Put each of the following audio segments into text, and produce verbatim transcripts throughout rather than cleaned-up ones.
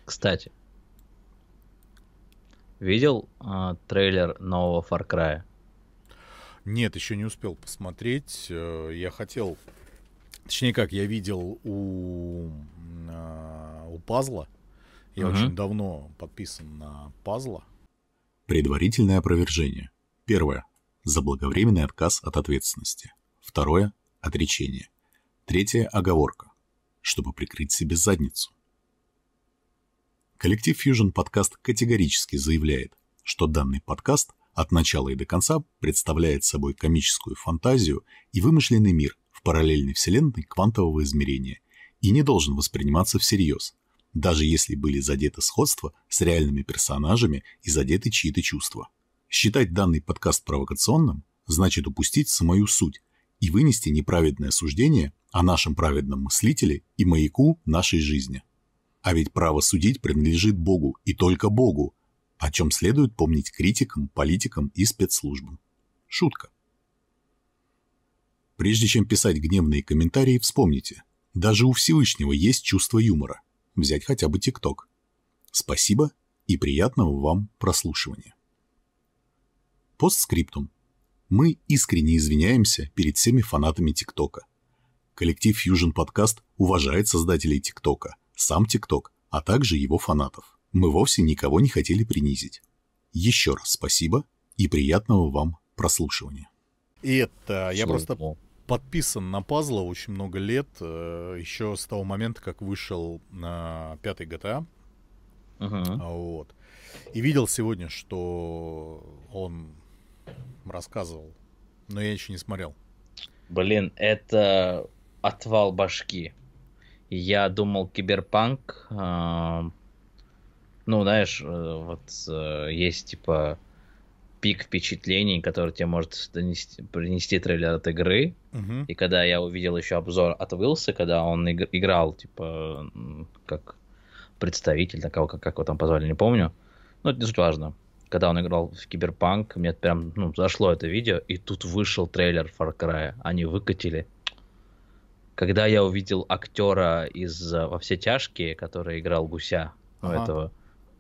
Кстати, видел э, трейлер нового Far Cry? Нет, еще не успел посмотреть. Я хотел... Точнее как, я видел у, у Пазла. Я угу. очень давно подписан на Пазла. Предварительное опровержение. Первое. Заблаговременный отказ от ответственности. Второе. Отречение. Третье. Оговорка. Чтобы прикрыть себе задницу. Коллектив Fusion Podcast категорически заявляет, что данный подкаст от начала и до конца представляет собой комическую фантазию и вымышленный мир в параллельной вселенной квантового измерения и не должен восприниматься всерьез, даже если были задеты сходства с реальными персонажами и задеты чьи-то чувства. Считать данный подкаст провокационным значит упустить самую суть и вынести неправедное суждение о нашем праведном мыслителе и маяку нашей жизни. А ведь право судить принадлежит Богу и только Богу, о чем следует помнить критикам, политикам и спецслужбам. Шутка. Прежде чем писать гневные комментарии, вспомните, даже у Всевышнего есть чувство юмора. Взять хотя бы ТикТок. Спасибо и приятного вам прослушивания. Постскриптум. Мы искренне извиняемся перед всеми фанатами ТикТока. Коллектив Fusion Podcast уважает создателей ТикТока, сам ТикТок, а также его фанатов. Мы вовсе никого не хотели принизить. Еще раз спасибо и приятного вам прослушивания. И это, я просто подписан на Пазла очень много лет, еще с того момента, как вышел на пятый джи ти эй. Uh-huh. Вот. И видел сегодня, что он рассказывал, но я еще не смотрел. Блин, это отвал башки. Я думал, Киберпанк... Э- Ну, знаешь, вот есть, типа, пик впечатлений, который тебе может донести, принести трейлер от игры. Uh-huh. И когда я увидел еще обзор от Уилса, когда он иг- играл, типа, как представитель, такого, как, как его там позвали, не помню. Ну, это не суть важно. Когда он играл в Киберпанк, мне прям, ну, зашло это видео, и тут вышел трейлер Far Cry. Они выкатили. Когда я увидел актера из «Во все тяжкие», который играл гуся, ну, uh-huh. этого...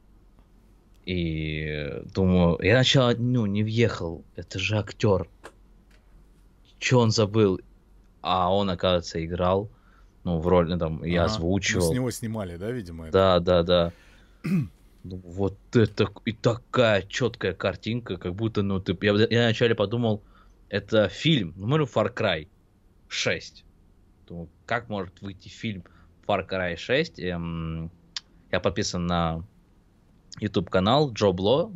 И думаю, я сначала, ну, не въехал, это же актер. Че он забыл? А он, оказывается, играл, ну, в роли, ну, там, я ага. озвучивал. Ну, с него снимали, да, видимо? Это? Да, да, да. Вот это и такая четкая картинка, как будто, ну, ты... Я, я вначале подумал, это фильм, ну, смотрю, Far Cry шесть. Думаю, как может выйти фильм Far Cry шесть? Эм, я подписан на... YouTube-канал Джо Бло,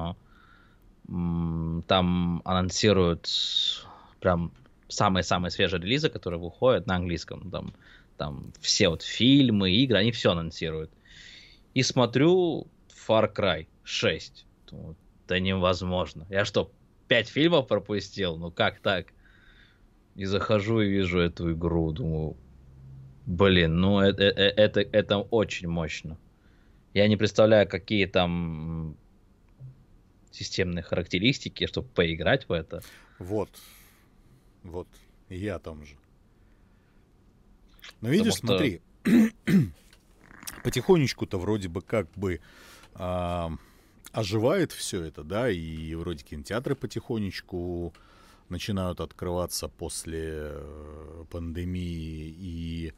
там анонсируют прям самые-самые свежие релизы, которые выходят на английском. Там, там все вот фильмы, игры, они все анонсируют. И смотрю Far Cry шесть. Думаю, да невозможно. Я что, пять фильмов пропустил? Ну как так? И захожу и вижу эту игру. Думаю, блин, ну это, это, это очень мощно. Я не представляю, какие там системные характеристики, чтобы поиграть в это. Вот. Вот. И я там же. Но видишь, Потому смотри. Что... потихонечку-то вроде бы как бы а, оживает все это, да, и вроде кинотеатры потихонечку начинают открываться после пандемии, и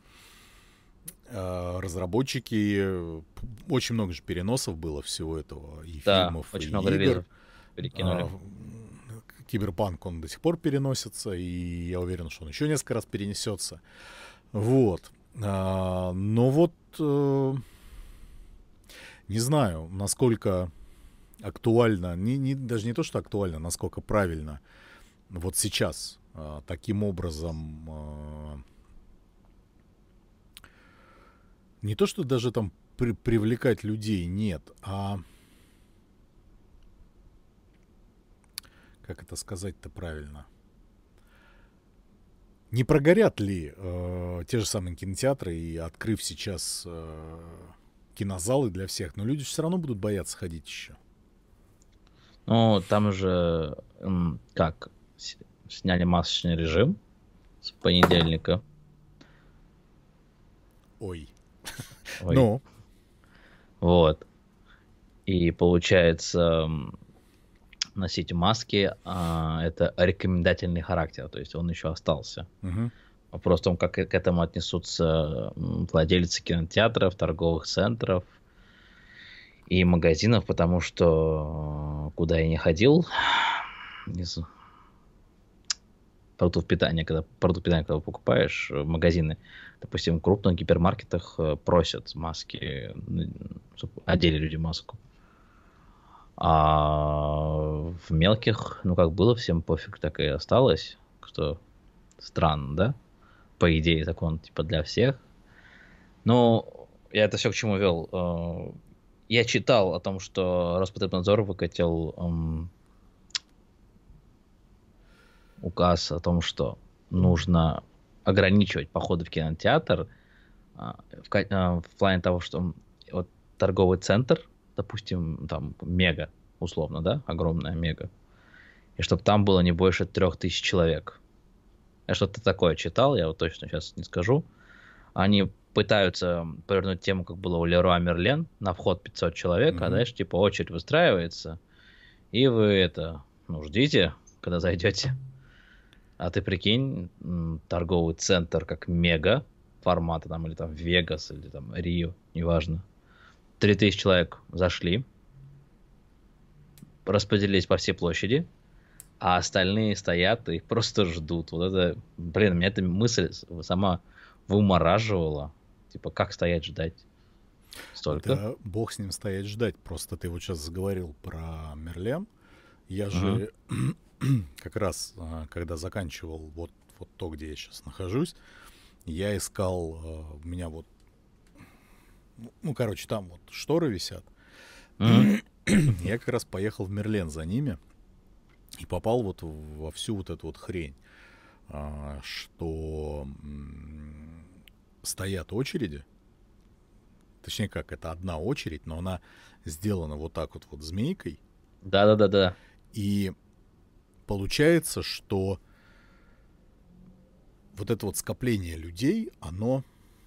разработчики, очень много же переносов было всего этого, и да, фильмов, очень и много игр. Перекинули. А, Киберпанк, он до сих пор переносится, и я уверен, что он еще несколько раз перенесется. Вот. А, но вот э, не знаю, насколько актуально, не, не, даже не то, что актуально, насколько правильно вот сейчас э, таким образом... Э, не то, что даже там при, привлекать людей, нет, а как это сказать-то правильно? Не прогорят ли э, те же самые кинотеатры, и открыв сейчас э, кинозалы для всех, но люди все равно будут бояться ходить еще. Ну, там же как сняли масочный режим с понедельника. Ой. Ой. Ну. Вот. И получается, носить маски а, это рекомендательный характер, то есть он еще остался. Угу. Вопрос в том, как к этому отнесутся владельцы кинотеатров, торговых центров и магазинов, потому что куда я не ходил, из продуктов питания, когда продукт питания, когда покупаешь в магазины, допустим, в крупных гипермаркетах просят маски, чтобы одели люди маску. А в мелких, ну как было, всем пофиг, так и осталось, что странно, да? По идее, закон типа для всех. Но я это все к чему вел. Я читал о том, что Роспотребнадзор выкатил эм, указ о том, что нужно ограничивать походы в кинотеатр э, в, э, в плане того, что вот торговый центр, допустим, там мега, условно, да, огромная мега, и чтобы там было не больше трех тысяч человек. Я что-то такое читал, я вот точно сейчас не скажу. Они пытаются повернуть тему, как было у Леруа Мерлен, на вход пятьсот человек, mm-hmm. а дальше типа очередь выстраивается, и вы это, ну, ждите, когда зайдете. А ты прикинь, торговый центр как мега формата, там, или там Вегас, или там Рио, неважно. Три тысячи человек зашли, распределились по всей площади, а остальные стоят и просто ждут. Вот это, блин, меня эта мысль сама вымораживала. Типа, как стоять ждать столько? Да, бог с ним стоять ждать. Просто ты вот сейчас заговорил про Мерлен. Я же uh-huh. как раз, когда заканчивал вот, вот то, где я сейчас нахожусь, я искал, у меня вот, ну, короче, там вот шторы висят. Uh-huh. Я как раз поехал в Мерлен за ними и попал вот во всю вот эту вот хрень, что стоят очереди. Точнее как, это одна очередь, но она сделана вот так вот, вот змейкой. Да-да-да-да. И получается, что вот это вот скопление людей, оно...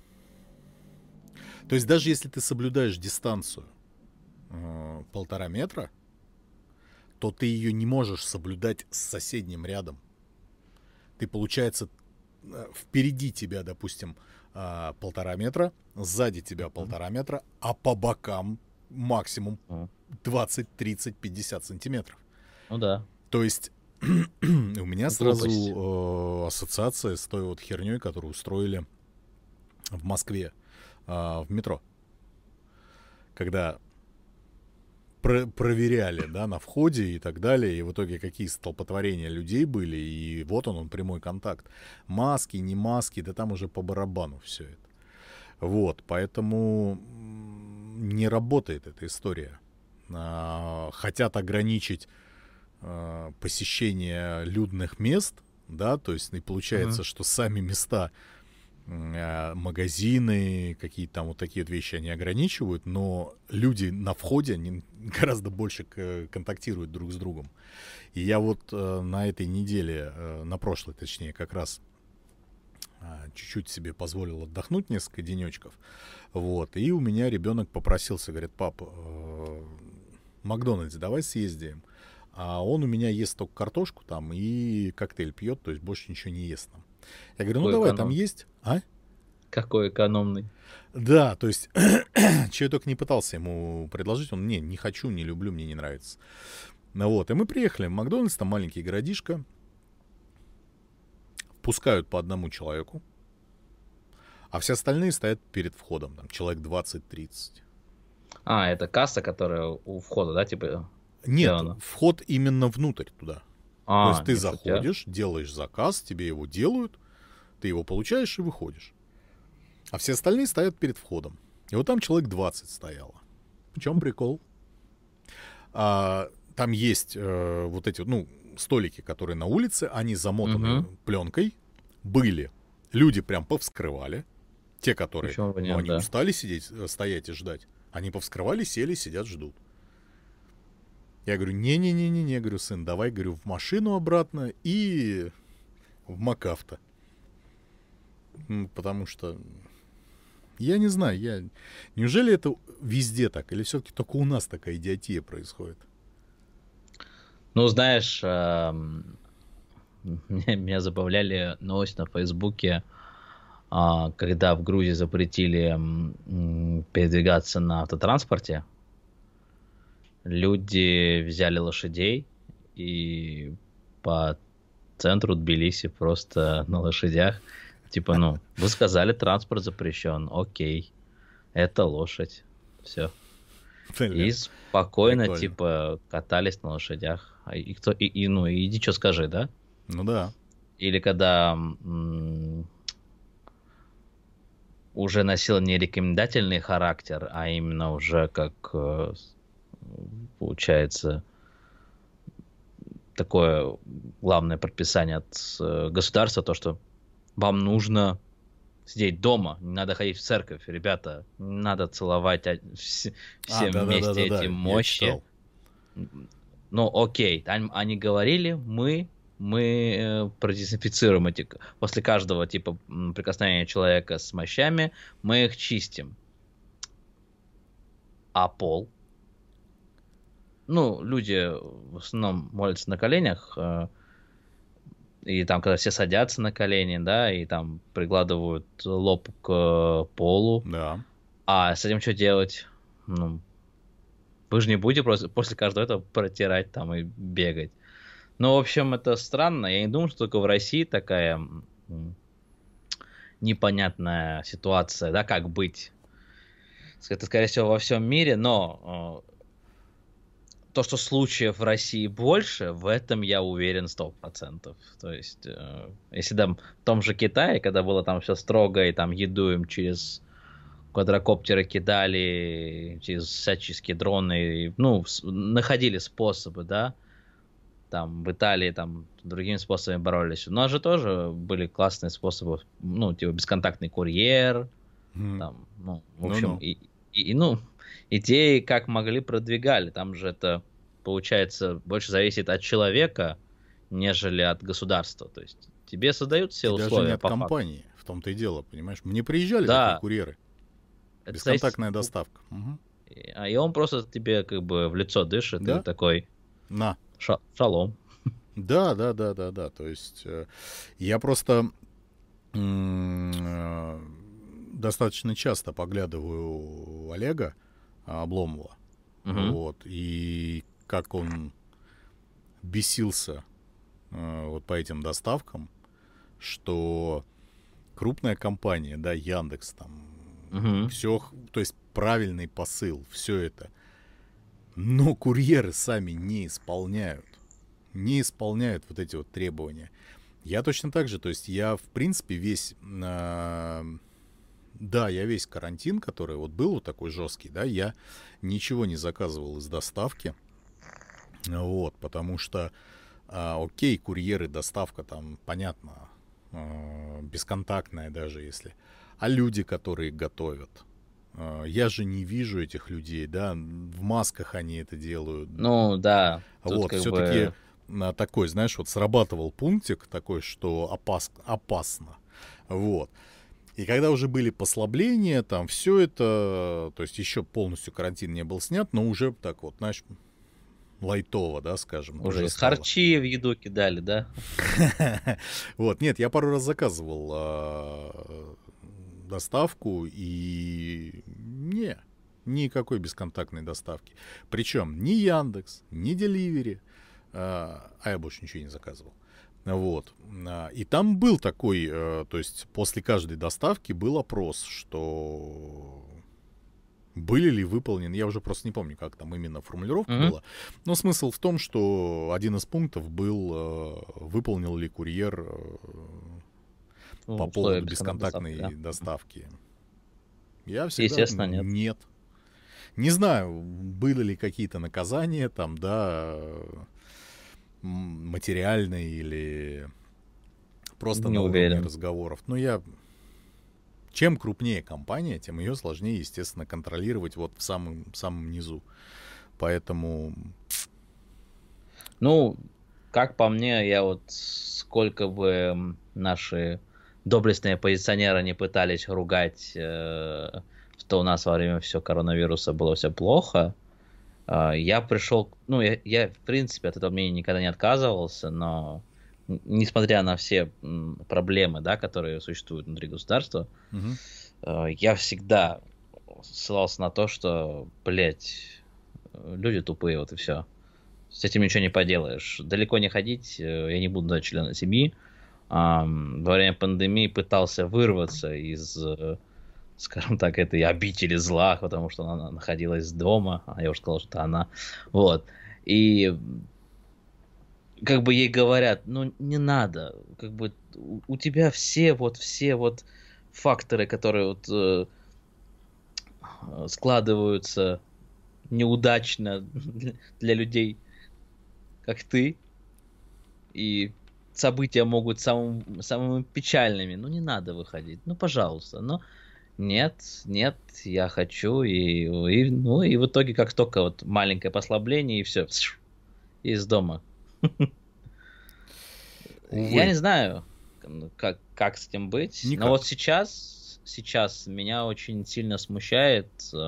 То есть даже если ты соблюдаешь дистанцию э, полтора метра, то ты ее не можешь соблюдать с соседним рядом. Ты, получается, впереди тебя, допустим, э, полтора метра, сзади тебя полтора метра, а по бокам максимум двадцать, тридцать, пятьдесят сантиметров. Ну да. То есть у меня сразу э, ассоциация с той вот херней, которую устроили в Москве э, в метро. Когда про- проверяли, да, на входе и так далее, и в итоге какие столпотворения людей были, и вот он, он прямой контакт. Маски, не маски, да там уже по барабану все это. Вот, поэтому не работает эта история. А, хотят ограничить а, посещение людных мест, да, то есть и получается, uh-huh. что сами места, а, магазины, какие-то там вот такие вот вещи они ограничивают, но люди на входе они гораздо больше к- контактируют друг с другом. И я вот а, на этой неделе, а, на прошлой, точнее, как раз чуть-чуть себе позволил отдохнуть несколько денечков. Вот. И у меня ребенок попросился, говорит: папа, э, Макдональдс, давай съездим. А он у меня ест только картошку там и коктейль пьет, то есть больше ничего не ест там. Я говорю, ну Какой давай, эконом. Там есть. А? Какой экономный. Да, то есть, что я только не пытался ему предложить, он, не, не хочу, не люблю, мне не нравится. Ну вот, и мы приехали в Макдональдс, там маленький городишко. Пускают по одному человеку, а все остальные стоят перед входом, там, человек двадцать-тридцать. А, это касса, которая у входа, да, типа? Нет, сделана? Вход именно внутрь туда. А, То есть ты не заходишь, шутя. делаешь заказ, тебе его делают, ты его получаешь и выходишь. А все остальные стоят перед входом. И вот там человек двадцать стояло. В чем прикол? А, там есть э, вот эти, ну, столики, которые на улице, они замотаны Угу. пленкой. Были. Люди прям повскрывали. Те, которые, Почему бы ну, нет, они да. устали сидеть, стоять и ждать. Они повскрывали, сели, сидят, ждут. Я говорю, не-не-не-не-не, говорю, сын, давай, говорю, в машину обратно и в МакАвто. Потому что Я не знаю, я... неужели это везде так? Или все-таки только у нас такая идиотия происходит? Ну, знаешь, эм, меня, меня забавляли новости на Фейсбуке, а, когда в Грузии запретили м, передвигаться на автотранспорте. Люди взяли лошадей и по центру Тбилиси просто на лошадях. Типа, ну, вы сказали, транспорт запрещен. Окей, это лошадь. Все. Бля, И спокойно, прикольно. типа, катались на лошадях. А И кто, и, и, ну, иди что скажи, да? Ну да. Или когда м, уже носил не рекомендательный характер, а именно уже как, э, получается, такое главное предписание от э, государства, то, что вам нужно сидеть дома, не надо ходить в церковь, ребята, не надо целовать а, все, А, все вместе да-да-да-да-да, эти я мощи. читал. Ну, окей, они, они говорили, мы, мы э, продезинфицируем эти, после каждого типа м, прикосновения человека с мощами, мы их чистим. А пол? Ну, люди в основном молятся на коленях, э, и там, когда все садятся на колени, да, и там прикладывают лоб к полу, Да. а с этим что делать? Ну, вы же не будете просто после каждого этого протирать там и бегать. Ну, в общем, это странно. Я не думаю, что только в России такая м, непонятная ситуация, да, как быть. Это, скорее всего, во всем мире, но э, то, что случаев в России больше, в этом я уверен сто процентов. То есть, э, если там в том же Китае, когда было там все строго, и там еду им через квадрокоптеры кидали, через всяческие дроны, и, ну, с- находили способы, да, там в Италии там другими способами боролись. У нас же тоже были классные способы, ну, типа бесконтактный курьер, Мгм. там, ну, в общем, Ну-ну. и, и, и, ну, идеи как могли продвигали. Там же это, получается, больше зависит от человека, нежели от государства. То есть тебе создают все И даже не условия от по факту. компании, в том-то и дело, понимаешь? Мне приезжали такие Да, курьеры. это зависит. Бесконтактная доставка. Мгм. И а и он просто тебе как бы в лицо дышит, и ты Да? такой На. «Ша- шалом». Да, да, да, да, да. То есть э, я просто м, э, достаточно часто поглядываю Олега Обломова. Мгм. Вот. И как он бесился э, вот по этим доставкам, что крупная компания, да, Яндекс, там, Мгм. все, то есть правильный посыл, все это. Но курьеры сами не исполняют. Не исполняют вот эти вот требования. Я точно так же, то есть я, в принципе, весь... а, да, я весь карантин, который вот был вот такой жесткий, да, я ничего не заказывал из доставки. Вот, потому что, а, окей, курьеры, доставка там, понятно, а, бесконтактная даже если. А люди, которые готовят, а, я же не вижу этих людей, да, в масках они это делают. Ну да, тут Вот, как все-таки бы... такой, знаешь, вот срабатывал пунктик такой, что опас, опасно. Вот. И когда уже были послабления, там все это, то есть еще полностью карантин не был снят, но уже так вот, знаешь, лайтово, да, скажем, Уже тоже и стало. харчи в еду кидали, да? Вот, нет, я пару раз заказывал а, доставку, и не, никакой бесконтактной доставки. Причем ни Яндекс, ни Деливери, а а я больше ничего не заказывал. Вот. А, И там был такой, э, то есть после каждой доставки был опрос, что были ли выполнены, я уже просто не помню, как там именно формулировка Мгм. была, но смысл в том, что один из пунктов был, э, выполнил ли курьер э, Ну, по условия поводу бесконтактной доставки, бесконтактной да. доставки. Я всегда Естественно, нет. нет. Не знаю, были ли какие-то наказания там, да, м, материальные или просто Не на уровне уверен. разговоров. Но я... Чем крупнее компания, тем ее сложнее, естественно, контролировать вот в самом, самом низу. Поэтому... Ну, как по мне, я вот сколько бы м, наши доблестные оппозиционеры не пытались ругать, э, что у нас во время всего коронавируса было все плохо, э, я пришел, ну, я, я, в принципе, от этого мнения никогда не отказывался, но несмотря на все м, проблемы, да, которые существуют внутри государства, Угу. э, я всегда ссылался на то, что, блядь, люди тупые, вот и все. С этим ничего не поделаешь. Далеко не ходить, я не буду дать члена семьи. Во время пандемии пытался вырваться из, скажем так, этой обители зла, потому что она находилась дома, а я уже сказал, что это она. Вот. И как бы ей говорят, ну не надо, как бы у, у тебя все вот все вот факторы, которые вот э, складываются неудачно для людей, как ты, и события могут самым, самыми печальными. Ну, не надо выходить. Ну, пожалуйста. Но нет, нет, я хочу. И, и, ну, и в итоге, как только вот маленькое послабление, и все. Из дома. Я не знаю, как, как с этим быть. Никак. Но вот сейчас, сейчас меня очень сильно смущает...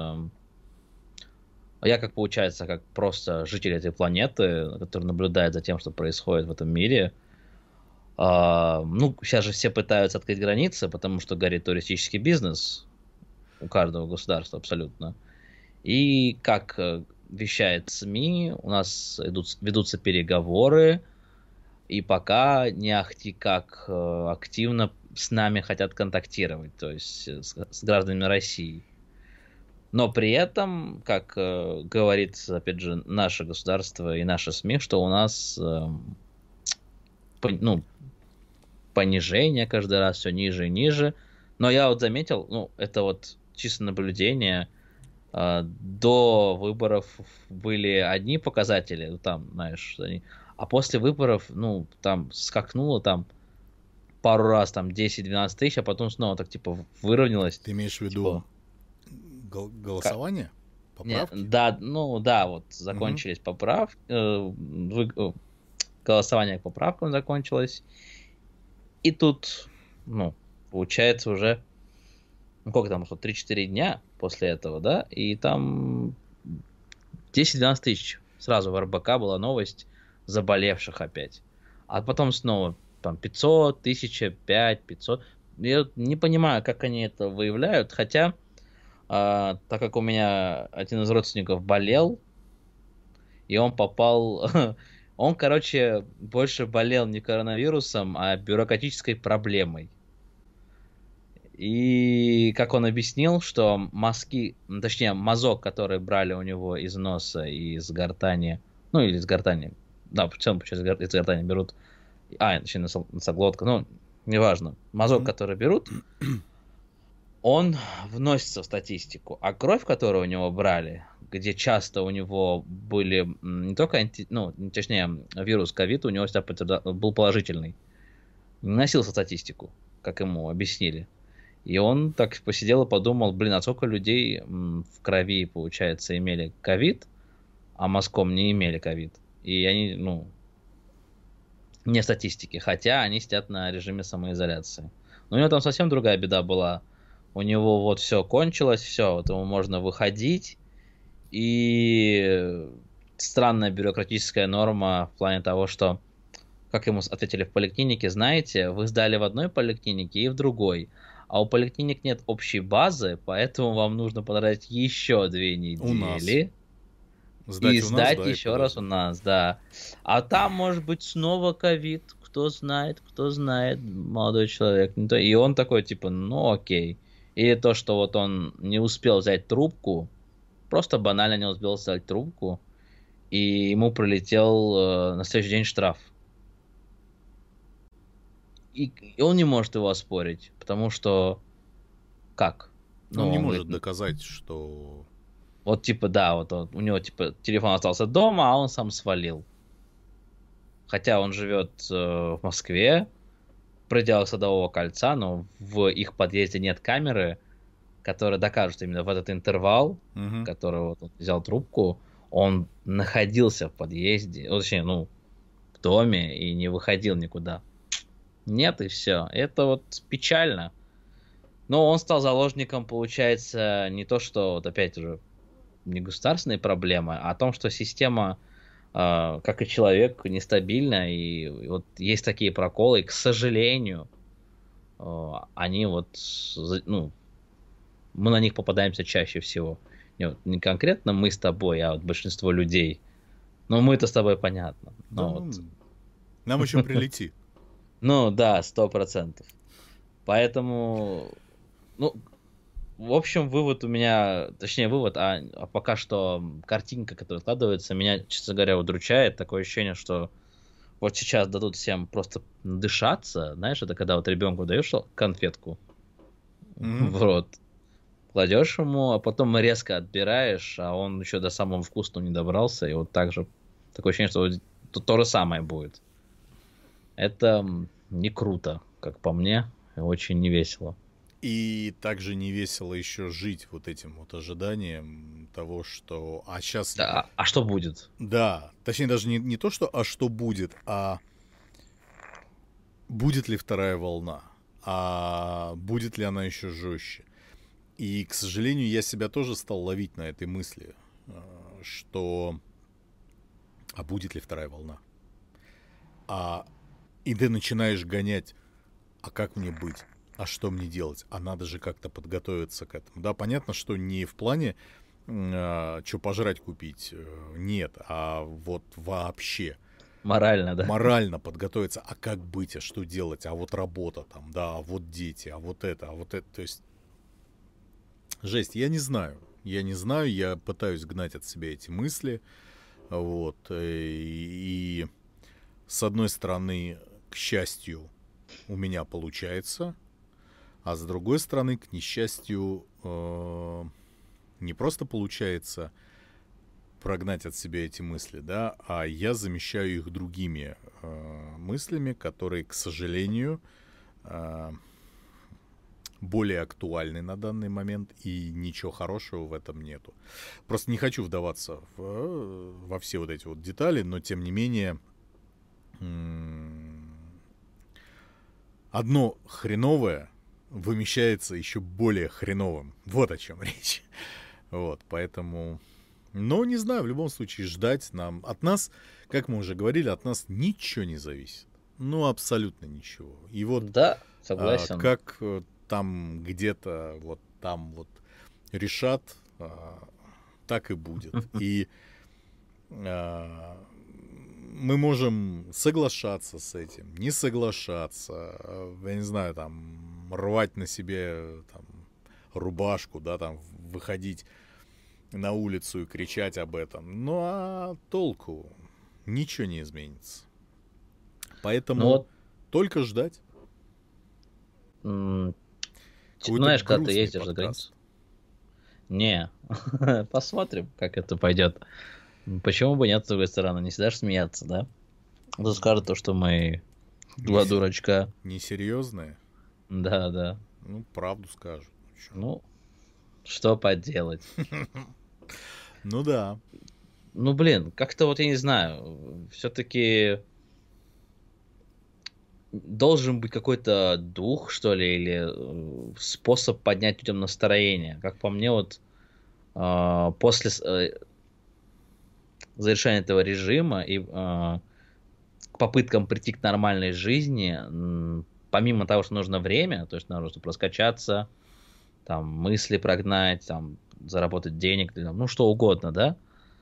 Я, как получается, как просто житель этой планеты, который наблюдает за тем, что происходит в этом мире. А, ну, сейчас же все пытаются открыть границы, потому что горит туристический бизнес у каждого государства абсолютно. И как вещает СМИ, у нас идут, ведутся переговоры, и пока не ахти как активно с нами хотят контактировать, то есть с, с гражданами России. Но при этом, как э, говорит, опять же, наше государство и наши СМИ, что у нас э, по, ну, понижение каждый раз все ниже и ниже. Но я вот заметил, ну, это вот чисто наблюдение, э, до выборов были одни показатели, ну, там, знаешь, они, а после выборов, ну, там скакнуло там пару раз, там, десять-двенадцать тысяч, а потом снова так, типа, выровнялось. Ты имеешь в виду... Типа, голосование? Поправки? Не, да, ну да, вот закончились угу. поправки, э, вы, э, голосование к поправкам закончилось, и тут, ну, получается уже, ну, сколько там, что, три-четыре дня после этого, да, и там десять-двенадцать тысяч сразу в эр бэ ка была новость заболевших опять, а потом снова там пятьсот, тысяча, пять, пятьсот, я не понимаю, как они это выявляют, хотя... Uh, так как у меня один из родственников болел, и он попал... он, короче, больше болел не коронавирусом, а бюрократической проблемой. И как он объяснил, что мазки, точнее, мазок, который брали у него из носа и из гортани, ну или из гортани, да, в целом из гортани берут, а, точнее, носоглотка, ну, неважно, мазок, mm-hmm. который берут, он вносится в статистику, а кровь, которую у него брали, где часто у него были не только, анти, ну, точнее, вирус ковид, у него всегда был положительный, не носился в статистику, как ему объяснили. И он так посидел и подумал, блин, а сколько людей в крови, получается, имели ковид, а мазком не имели ковид. И они, ну, не в статистике, хотя они сидят на режиме самоизоляции. Но у него там совсем другая беда была. У него вот все кончилось, все, вот ему можно выходить, и странная бюрократическая норма в плане того, что, как ему ответили в поликлинике, знаете, вы сдали в одной поликлинике и в другой, а у поликлиник нет общей базы, поэтому вам нужно потратить еще две недели сдать и у сдать нас, да, еще раз у нас, да. А там может быть снова ковид, кто знает, кто знает, молодой человек. И он такой, типа, ну окей. Или то, что вот он не успел взять трубку, просто банально не успел взять трубку, и ему прилетел э, на следующий день штраф. И, и он не может его оспорить, потому что как? Он ну, не он может говорит, доказать, что... Вот типа, да, вот он, у него типа телефон остался дома, а он сам свалил. Хотя он живет э, в Москве, в пределах Садового кольца, но в их подъезде нет камеры, которая докажет именно в этот интервал, угу. который вот он взял трубку, он находился в подъезде, точнее, ну, в доме и не выходил никуда. Нет, и все. Это вот печально. Но он стал заложником, получается, не то, что, вот опять же, не государственные проблемы, а о том, что система, э, как и человек, нестабильна, и, и вот есть такие проколы, и, к сожалению, э, они вот, ну, мы на них попадаемся чаще всего. Не, вот, не конкретно мы с тобой, а вот большинство людей. Но мы-то с тобой понятно. Да, Но ну, вот, нам еще прилетит. ну да, сто процентов. Поэтому, ну, в общем, вывод у меня, точнее, вывод, а, а пока что картинка, которая складывается, меня, честно говоря, удручает. Такое ощущение, что вот сейчас дадут всем просто дышаться. Знаешь, это когда вот ребенку даешь конфетку Мгм. в рот, кладешь ему, а потом резко отбираешь, а он еще до самого вкусного не добрался, и вот так же такое ощущение, что вот то, то же самое будет. Это м, не круто, как по мне, и очень не весело. И также не весело еще жить вот этим вот ожиданием того, что... А сейчас... Да, а что будет? Да, точнее даже не, не то, что «а что будет», а будет ли вторая волна, а будет ли она еще жестче. И, к сожалению, я себя тоже стал ловить на этой мысли, э, что а будет ли вторая волна? А и ты начинаешь гонять, а как мне быть? А что мне делать? А надо же как-то подготовиться к этому. Да, понятно, что не в плане, э, что пожрать купить, э, нет, а вот вообще Морально, да? морально подготовиться, а как быть, а что делать, а вот работа там, да, а вот дети, а вот это, а вот это, то есть жесть, я не знаю, я не знаю, я пытаюсь гнать от себя эти мысли, вот, э, и, и с одной стороны, к счастью, у меня получается, а с другой стороны, к несчастью, э, не просто получается прогнать от себя эти мысли, да, а я замещаю их другими э, мыслями, которые, к сожалению, э, более актуальны на данный момент, и ничего хорошего в этом нету. Просто не хочу вдаваться в, во все вот эти вот детали, но тем не менее м- одно хреновое вымещается еще более хреновым. Вот о чем речь. Вот, поэтому... Но не знаю, в любом случае ждать нам... От нас, как мы уже говорили, от нас ничего не зависит. Ну, абсолютно ничего. И вот Да, а, согласен. как э, там где-то вот там вот решат, а, так и будет. И а, мы можем соглашаться с этим, не соглашаться, э, я не знаю, там, рвать на себе там, рубашку, да, там, выходить на улицу и кричать об этом. Ну а толку? Ничего не изменится. Ну Поэтому вот, только ждать. м, ч- Какой-то знаешь, когда ты грустный ездишь за подкаст. границу. Не, посмотрим, как это пойдет. Почему бы нет, с другой стороны, не всегда же смеяться, да? Кто скажет то, что мы два Несе- дурачка. Несерьезное? Да, да. Ну, правду скажут. Ну, что поделать? Ну да. Ну, блин, как-то вот я не знаю, все-таки должен быть какой-то дух, что ли, или э, способ поднять людям настроение. Как по мне, вот э, после с- э, завершения этого режима и э, к попыткам прийти к нормальной жизни, м, помимо того, что нужно время, то есть нужно чтобы раскачаться, там мысли прогнать, там заработать денег, там, ну что угодно, да.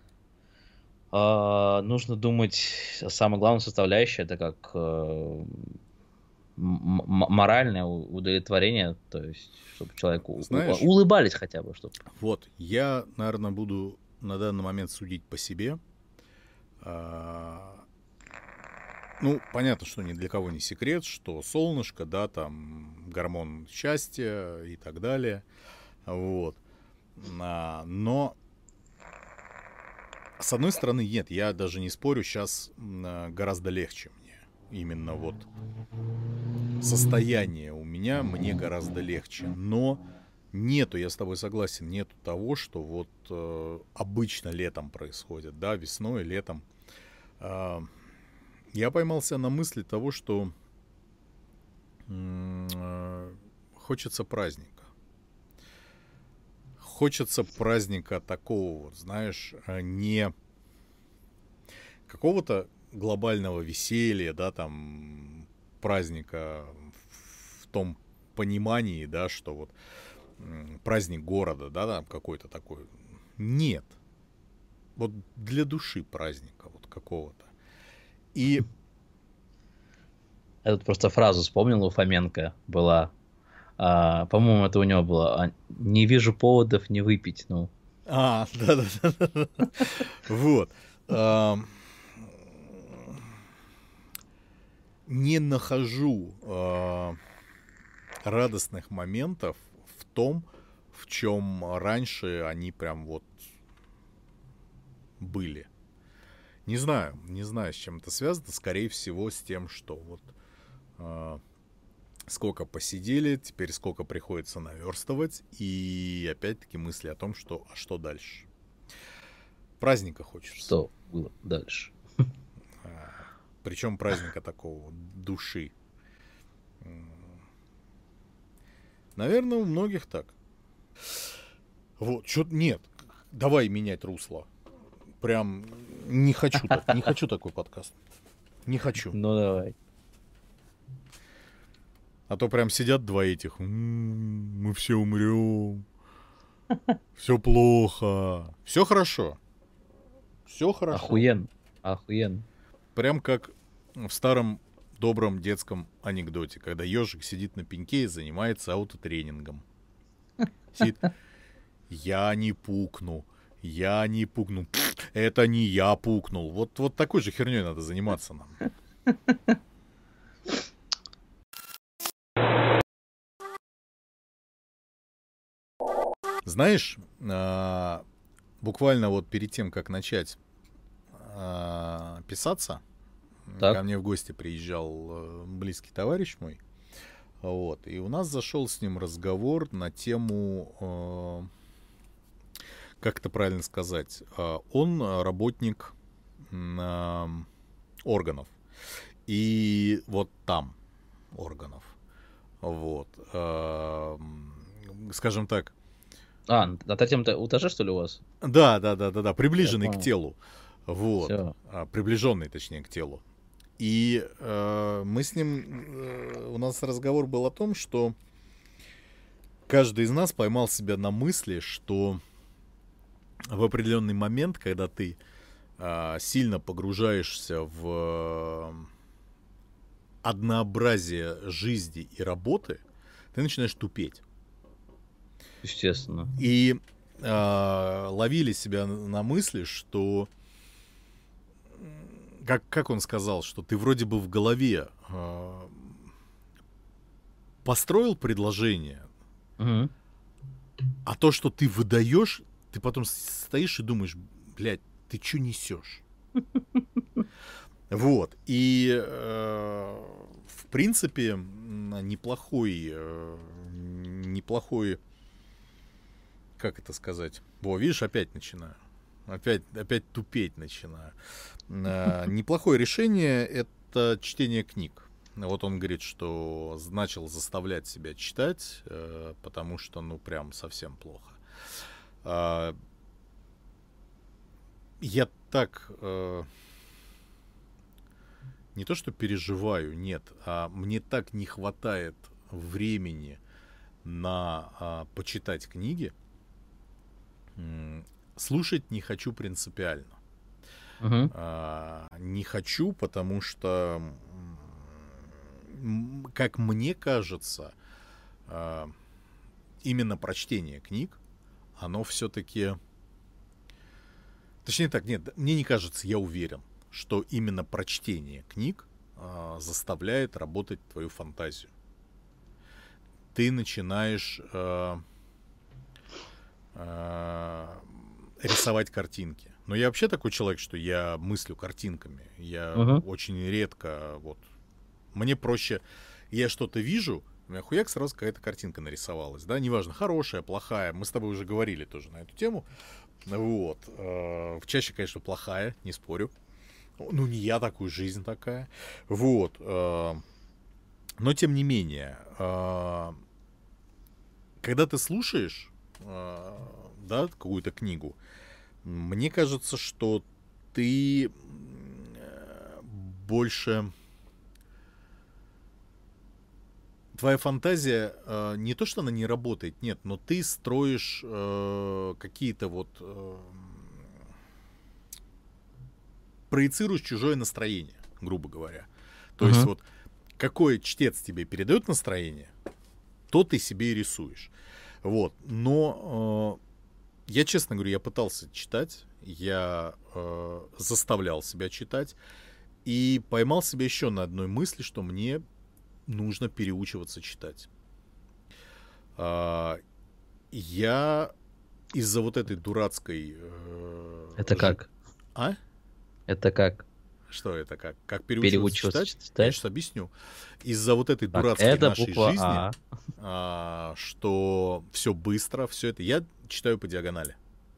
А, нужно думать, самая главная составляющая, это как э, м- м- моральное у- удовлетворение, то есть, чтобы человеку у- у- Знаешь, улыбались хотя бы, чтобы. вот, я, наверное, буду на данный момент судить по себе. А, Ну, понятно, что ни для кого не секрет, что солнышко, да, там гормон счастья и так далее. Вот. А, Но, с одной стороны, нет, я даже не спорю, сейчас гораздо легче мне. Именно вот состояние у меня мне гораздо легче. Но нету, я с тобой согласен, нету того, что вот э, обычно летом происходит, да, весной, летом. А, я поймался на мысли того, что Хочется праздника. Хочется праздника такого, вот, знаешь, не какого-то глобального веселья, да, там, праздника в том понимании, да, что вот праздник города, да, там какой-то такой. Нет. Вот для души праздника вот какого-то. И... Я тут просто фразу вспомнил у Фоменко была. А, по-моему, это у него было. А, не вижу поводов не выпить, ну. А, да-да-да. Вот. Не нахожу радостных моментов в том, в чем раньше они прям вот были. Не знаю, не знаю, с чем это связано. Скорее всего, с тем, что вот э, сколько посидели, теперь сколько приходится наверстывать. И опять-таки мысли о том, что а что дальше. Праздника хочется. Что было дальше? А, причем праздника такого души. Наверное, у многих так. Вот, что-то нет. Давай менять русло. Прям не хочу так, не хочу такой подкаст. Не хочу. Ну давай. А то прям сидят два этих. М-м, мы все умрем. Все плохо. Все хорошо. Все хорошо. Охуенно. Охуенно. Прям как в старом добром детском анекдоте, когда ежик сидит на пеньке и занимается аутотренингом. Сидит. Я не пукну. Я не пукну. Это не я пукнул. Вот, вот такой же херней надо заниматься нам. Знаешь, а, буквально вот перед тем, как начать а, писаться, так. Ко мне в гости приезжал близкий товарищ мой. Вот, и у нас зашел с ним разговор на тему... А, как это правильно сказать? Он работник органов. И вот там органов. Вот. Скажем так. А, на третьем этаже, что ли, у вас? Да, да, да, да, да. Приближенный к телу. Вот. Всё. Приближенный, точнее, к телу. И э, мы с ним... Э, у нас разговор был о том, что каждый из нас поймал себя на мысли, что в определенный момент, когда ты э, сильно погружаешься в э, однообразие жизни и работы, ты начинаешь тупеть. Естественно. И э, ловили себя на мысли, что, как, как он сказал, что ты вроде бы в голове э, построил предложение, угу. а то, что ты выдаешь, ты потом стоишь и думаешь, блядь, ты что несешь? Вот. И, э, в принципе, неплохой, э, неплохой, как это сказать? Во, видишь, опять начинаю. Опять, опять тупеть начинаю. Э, неплохое решение — это чтение книг. Вот он говорит, что начал заставлять себя читать, э, потому что, ну, прям совсем плохо. Э, я так... Э, не то, что переживаю, нет, а мне так не хватает времени на а, почитать книги. М- слушать не хочу принципиально. Uh-huh. А, не хочу, потому что, м- как мне кажется, а, именно прочтение книг, оно все-таки... Точнее так, нет, мне не кажется, я уверен, что именно прочтение книг э, заставляет работать твою фантазию. Ты начинаешь э, э, рисовать картинки. Но я вообще такой человек, что я мыслю картинками. Я uh-huh. очень редко... Вот, мне проще... Я что-то вижу, у меня хуяк сразу какая-то картинка нарисовалась. Да? Неважно, хорошая, плохая. Мы с тобой уже говорили тоже на эту тему. Вот. Э, чаще, конечно, плохая, не спорю. Ну, не я такой, жизнь такая. Вот. Но, тем не менее, э, когда ты слушаешь, э, да, какую-то книгу, мне кажется, что ты э, больше... Твоя фантазия, э, не то, что она не работает, нет, но ты строишь э, какие-то вот... Э, проецируешь чужое настроение, грубо говоря. То есть Мгм. вот какой чтец тебе передает настроение, то ты себе и рисуешь. Вот. Но э, я, честно говорю, я пытался читать, я э, заставлял себя читать и поймал себя еще на одной мысли, что мне нужно переучиваться читать. А, я из-за вот этой дурацкой... э, Это жи- как? А? Это как? Что это как? Как переучиваться Переучиваться читать? Я читать? сейчас объясню. Из-за вот этой Так, дурацкой это нашей буква жизни, А. а, что все быстро, все это. Я читаю по диагонали.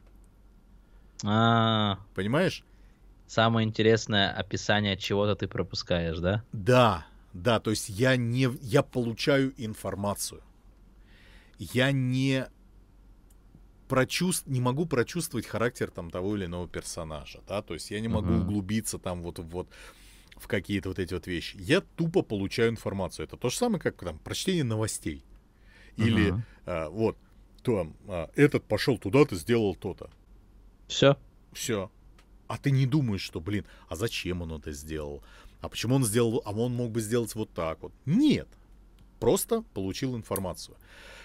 А, Понимаешь? самое интересное описание чего-то ты пропускаешь, да? Да, да, то есть я не я получаю информацию. Я не прочувств... не могу прочувствовать характер там того или иного персонажа, да, то есть я не могу Мгм. углубиться там вот, вот в какие-то вот эти вот вещи. Я тупо получаю информацию. Это то же самое, как там прочтение новостей. Или Мгм. а, вот, там, а, этот пошел туда-то, сделал то-то. Все. Все. А ты не думаешь, что, блин, а зачем он это сделал? А почему он сделал, а он мог бы сделать вот так вот? Нет. Просто получил информацию.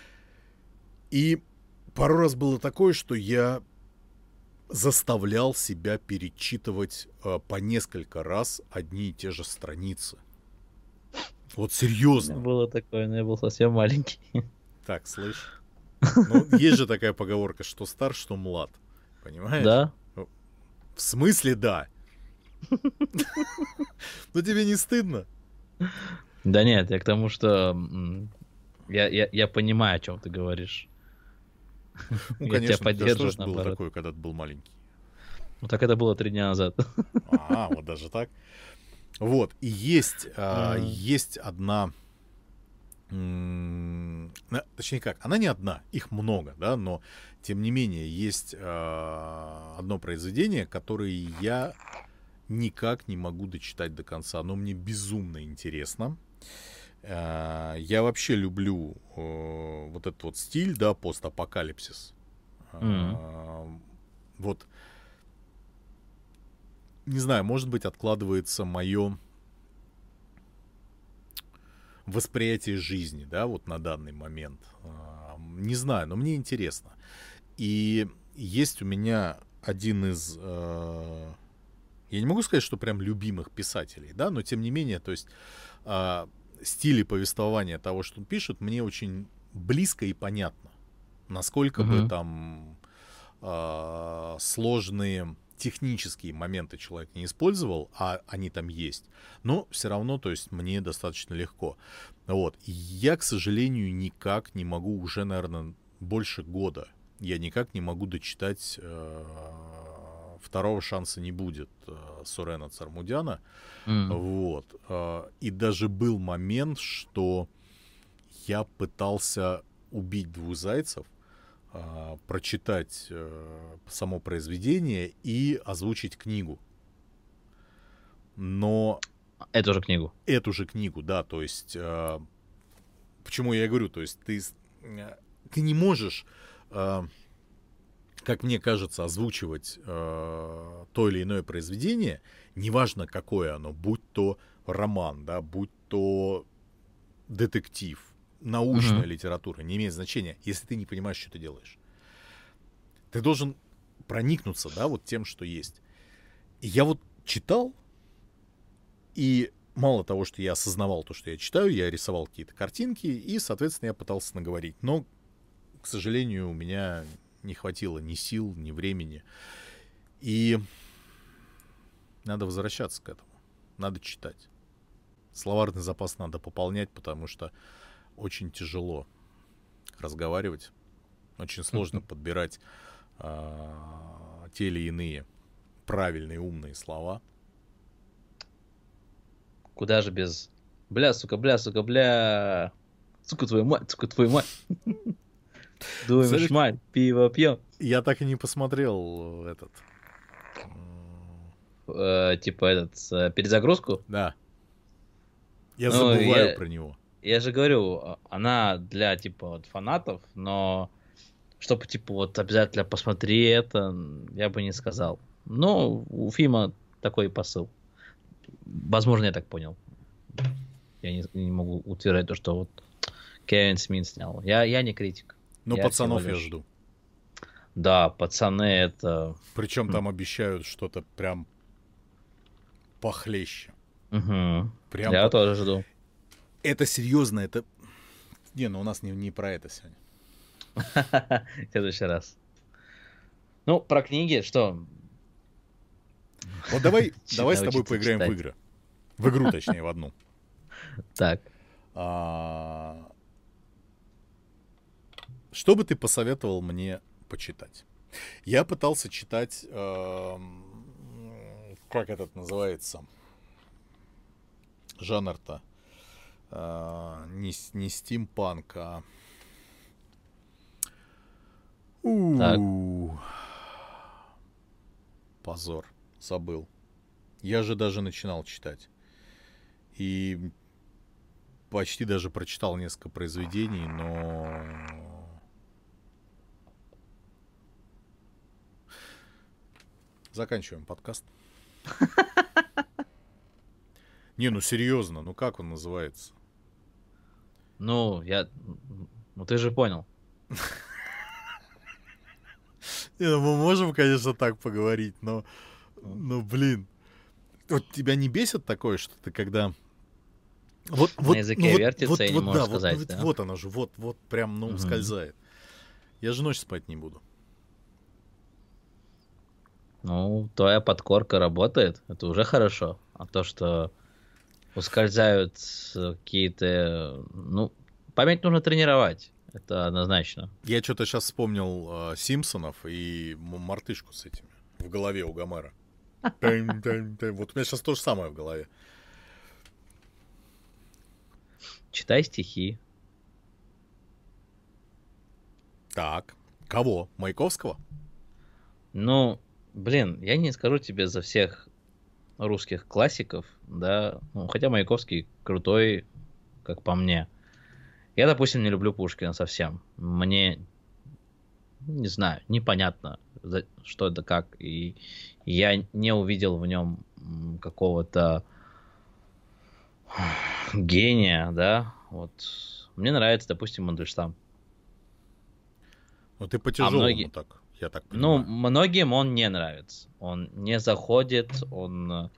И пару раз было такое, что я заставлял себя перечитывать э, по несколько раз одни и те же страницы. Вот серьезно. Было такое, но я был совсем маленький. Так, слышь. Ну, есть же такая поговорка, что стар, что млад. Понимаешь? Да? В смысле, да. Ну, тебе не стыдно? Да нет, я к тому, что м, я, я, я понимаю, о чем ты говоришь. Ну, Я тебя конечно, у тебя же поддерживаю, тоже было наоборот. такое, когда ты был маленький. Ну так это было три дня назад. А, вот даже так. Вот, и есть, а, А, есть одна... м, на- Точнее как, она не одна, их много, да, но тем не менее есть а, одно произведение, которое я никак не могу дочитать до конца. Оно мне безумно интересно. А, Я вообще люблю э, вот этот вот стиль, да, постапокалипсис. м, А, Вот, не знаю, может быть, откладывается мое восприятие жизни, да, вот на данный момент. А, Не знаю, но мне интересно. И есть у меня один из... э, Я не могу сказать, что прям любимых писателей, да, но тем не менее, то есть а, стили повествования того, что он пишет, мне очень близко и понятно. Насколько бы мгм. там а, сложные технические моменты человек не использовал, а они там есть, но все равно, то есть мне достаточно легко. Вот. И я, к сожалению, никак не могу уже, наверное, больше года. Я никак не могу дочитать э, «Второго шанса не будет» э, Сурена Цармудяна. М. Вот. Э, и даже был момент, что я пытался убить двух зайцев, а, прочитать э, само произведение и озвучить книгу. Но Эту же книгу. эту же книгу, да, то есть... э, почему я и говорю, то есть ты, с- э, ты не можешь, э, как мне кажется, озвучивать э, то или иное произведение, неважно какое оно, будь то роман, да, будь то детектив, научная Мгм. литература, не имеет значения, если ты не понимаешь, что ты делаешь. Ты должен проникнуться, да, вот тем, что есть. И я вот читал, и мало того, что я осознавал то, что я читаю, я рисовал какие-то картинки, и, соответственно, я пытался наговорить. Но, к сожалению, у меня не хватило ни сил, ни времени. И надо возвращаться к этому. Надо читать. Словарный запас надо пополнять, потому что очень тяжело разговаривать. Очень сложно подбирать а, те или иные правильные умные слова. Куда же без Бля, сука, бля, сука, бля. Сука, твою мать, сука, твою мать. Думаешь, Кстати, мать, пиво пьем. Я так и не посмотрел этот. Э, типа этот, э, перезагрузку? Да. Я Ну, забываю я, про него. я же говорю, а- она для, типа, вот фанатов, но чтобы, типа, вот обязательно посмотри это, я бы не сказал. Но у фильма такой посыл. Возможно, я так понял. Я не, не могу утверждать то, что вот Кевин Смит снял. Я, я не критик. Но Я пацанов всего я лишь- жду. Да, пацаны, это... Причем Хм. там обещают что-то прям похлеще. Мгм. Прям Я по- тоже жду. Это серьезно, это... Не, ну у нас не, не про это сегодня. В следующий раз. Ну, про книги, что? Вот давай, Чё, давай с тобой научиться поиграем в читать. игры. В игру, точнее, в одну. Так. А, Что бы ты посоветовал мне почитать? Я пытался читать... эм, Как этот называется? Жанр-то. А, Не, с- не стимпанк, а... У, Позор. Забыл. Я же даже начинал читать. И почти даже прочитал несколько произведений, но... Заканчиваем подкаст. Не, ну серьезно, ну как он называется? Ну, я... Ну, ты же понял. Не, ну мы можем, конечно, так поговорить, но... Ну, блин. Вот тебя не бесит такое, что ты когда... Вот, На вот, языке ну, вот- вертится вот, и не вот, можешь да, вот, сказать, вот, да? вот она же, вот, вот прям, ну, Мгм. скользает. Я же ночь спать не буду. Ну, твоя подкорка работает, это уже хорошо. А то, что ускользают э, какие-то... Ну, память нужно тренировать. Это однозначно. Я что-то сейчас вспомнил э, Симпсонов и м- мартышку с этими в голове у Гомера. Тайм, тайм, тайм. Вот у меня сейчас то же самое в голове. Читай стихи. Так, кого? Маяковского? Ну, блин, я не скажу тебе за всех русских классиков, да, ну, хотя Маяковский крутой, как по мне. Я, допустим, не люблю Пушкина совсем. Мне, не знаю, непонятно, за- что это как, и я не увидел в нем м, какого-то гения, да, вот. Мне нравится, допустим, Мандельштам. Ну ты по-тяжелому многие- так, я так Ну, понимаю. многим он не нравится. Он не заходит, он... э,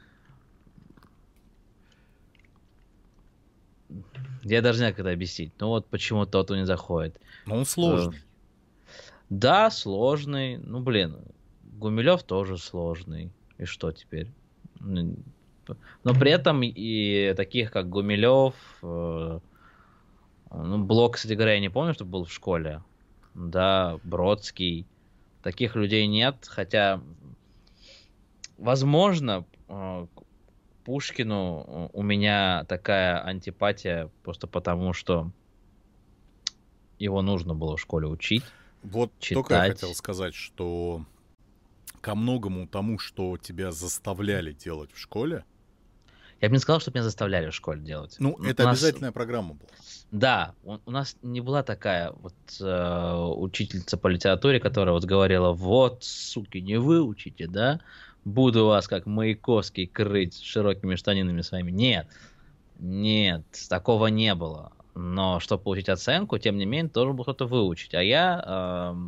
Я даже не знаю, как это объяснить. Ну вот почему-то вот он не заходит. Но он сложный. Да, сложный. Ну, блин, Гумилев тоже сложный. И что теперь? Ну, п- Но при этом и таких, как Гумилев, э, ну, Блок, кстати говоря, я не помню, что был в школе. Да, Бродский. Таких людей нет, хотя, возможно, э, к Пушкину у меня такая антипатия просто потому, что его нужно было в школе учить. Вот только я читать. хотел сказать, что ко многому тому, что тебя заставляли делать в школе, Я бы не сказал, что меня заставляли в школе делать. ну, У это нас- обязательная программа была. Да, у, у нас не была такая вот э, учительница по литературе, которая вот говорила: вот, суки, не выучите, да? Буду вас, как Маяковский, крыть широкими штанинами своими. Нет, нет, такого не было. Но чтобы получить оценку, тем не менее, должен был кто-то выучить. А я, эм,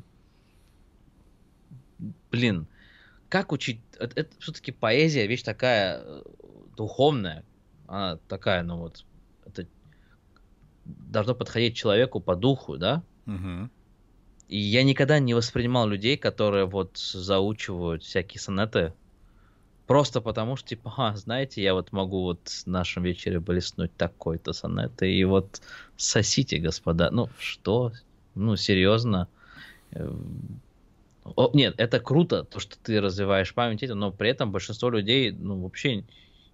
блин, как учить? Это, это все-таки поэзия, вещь такая э, духовная. Она такая, ну вот, это должно подходить человеку по духу, да? Мгм. И я никогда не воспринимал людей, которые вот заучивают всякие сонеты, просто потому что, типа, а, знаете, я вот могу вот в нашем вечере блеснуть такой-то сонет, и вот сосите, господа. Ну, что? Ну, серьезно? Эм, о, нет, это круто, то, что ты развиваешь память, но при этом большинство людей, ну, вообще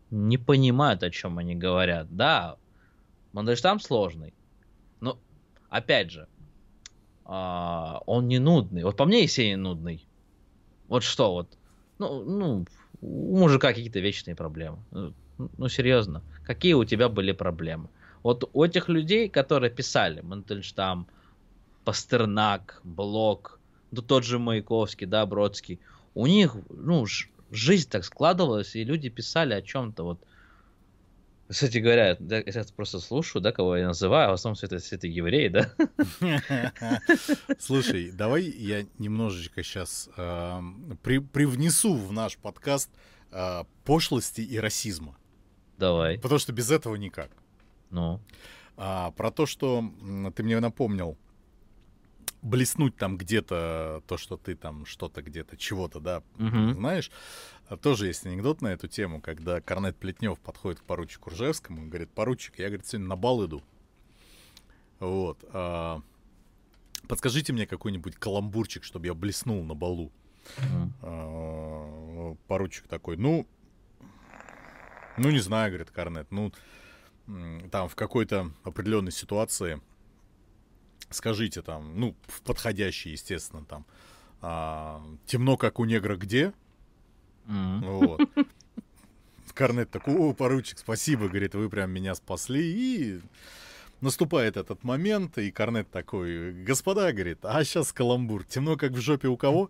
не понимают, о чем они говорят. Да, Мандельштам сложный, но, опять же, а, он не нудный. Вот по мне Есенин нудный. Вот что вот. Ну, ну у мужика какие-то вечные проблемы. Ну, ну, серьезно. Какие у тебя были проблемы? Вот у этих людей, которые писали, Мандельштам, Пастернак, Блок, да тот же Маяковский, да, Бродский, у них, ну, ж, жизнь так складывалась, и люди писали о чем-то вот. Кстати говоря, да, я просто слушаю, да, кого я называю, а в основном все это, все это евреи, да? Слушай, давай я немножечко сейчас э, при, привнесу в наш подкаст э, пошлости и расизма. Давай. Потому что без этого никак. Ну. А, про то, что ты мне напомнил, блеснуть там где-то то, что ты там что-то где-то, чего-то, да, Угу. знаешь. Тоже есть анекдот на эту тему, когда корнет Плетнев подходит к поручику Ржевскому и говорит: поручик, я, говорит, сегодня на бал иду. Вот. А, подскажите мне какой-нибудь каламбурчик, чтобы я блеснул на балу. Mm. А, поручик такой: ну, ну не знаю, говорит корнет, ну, там в какой-то определенной ситуации скажите там, ну, в подходящей, естественно, там, а, темно, как у негра, где? Mm. Вот. Корнет такой: о, поручик, спасибо, говорит, вы прям меня спасли. И наступает этот момент, и корнет такой: господа, говорит, а сейчас каламбур, темно, как в жопе у кого?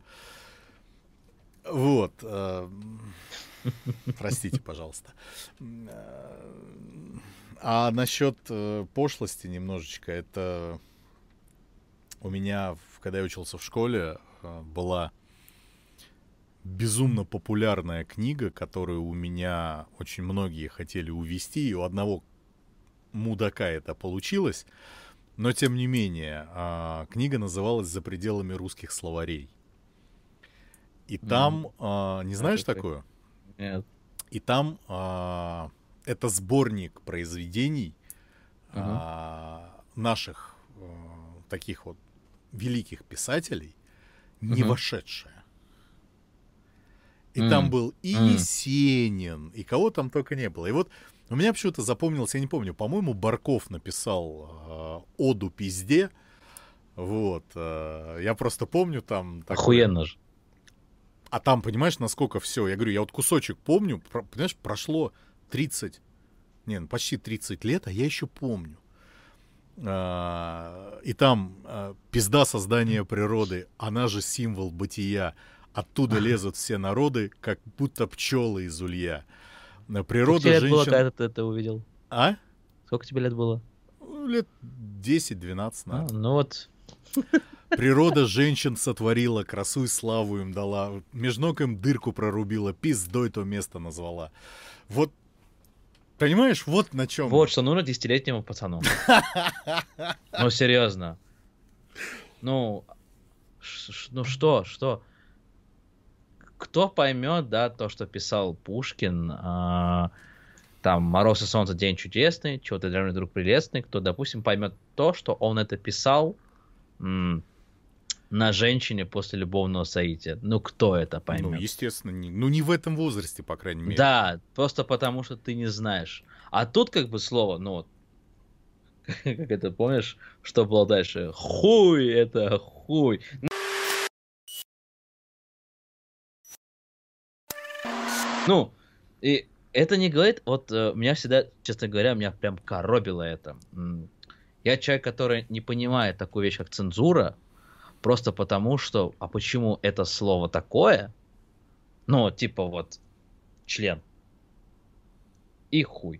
Вот. Простите, пожалуйста. А насчет пошлости немножечко, это у меня, когда я учился в школе, была безумно популярная книга, которую у меня очень многие хотели увести, и у одного мудака это получилось, но тем не менее, книга называлась «За пределами русских словарей». И там, mm. не знаешь это такую? Нет. И там это сборник произведений uh-huh. наших таких вот великих писателей, не uh-huh. вошедшие. И mm. там был и mm. Есенин, и кого там только не было. И вот у меня почему-то запомнилось, я не помню, по-моему, Барков написал э, оду пизде. Вот. Э, я просто помню там... Охуенно такое... же. А там, понимаешь, насколько все. Я говорю, я вот кусочек помню, про, понимаешь, прошло тридцать, не, ну, почти тридцать лет, а я еще помню. Э, и там э, пизда создания природы, она же символ бытия. Оттуда лезут все народы, как будто пчелы из улья. Природа Сколько тебе лет женщин... было, когда ты это увидел? А? Сколько тебе лет было? Лет десять-двенадцать, наверное. А, ну вот. Природа женщин сотворила, красу и славу им дала. Меж ног им дырку прорубила, пиздой то место назвала. Вот, понимаешь, вот на чем... Вот что нужно десятилетнему пацану. Ну, серьезно. Ну, ну что, что... Кто поймет, да, то, что писал Пушкин, а, там «Мороз и солнце, день чудесный», «Чего-то древний друг прелестный», кто, допустим, поймет то, что он это писал м- на женщине после любовного соития. Ну, кто это поймет? Ну, естественно, не, ну, не в этом возрасте, по крайней мере. Да, просто потому, что ты не знаешь. А тут как бы слово, ну вот, как это, помнишь, что было дальше? Хуй, это хуй. Ну, и это не говорит, вот э, меня всегда, честно говоря, меня прям коробило это. Я человек, который не понимает такую вещь, как цензура, просто потому что, а почему это слово такое? Ну, типа вот, член. И хуй.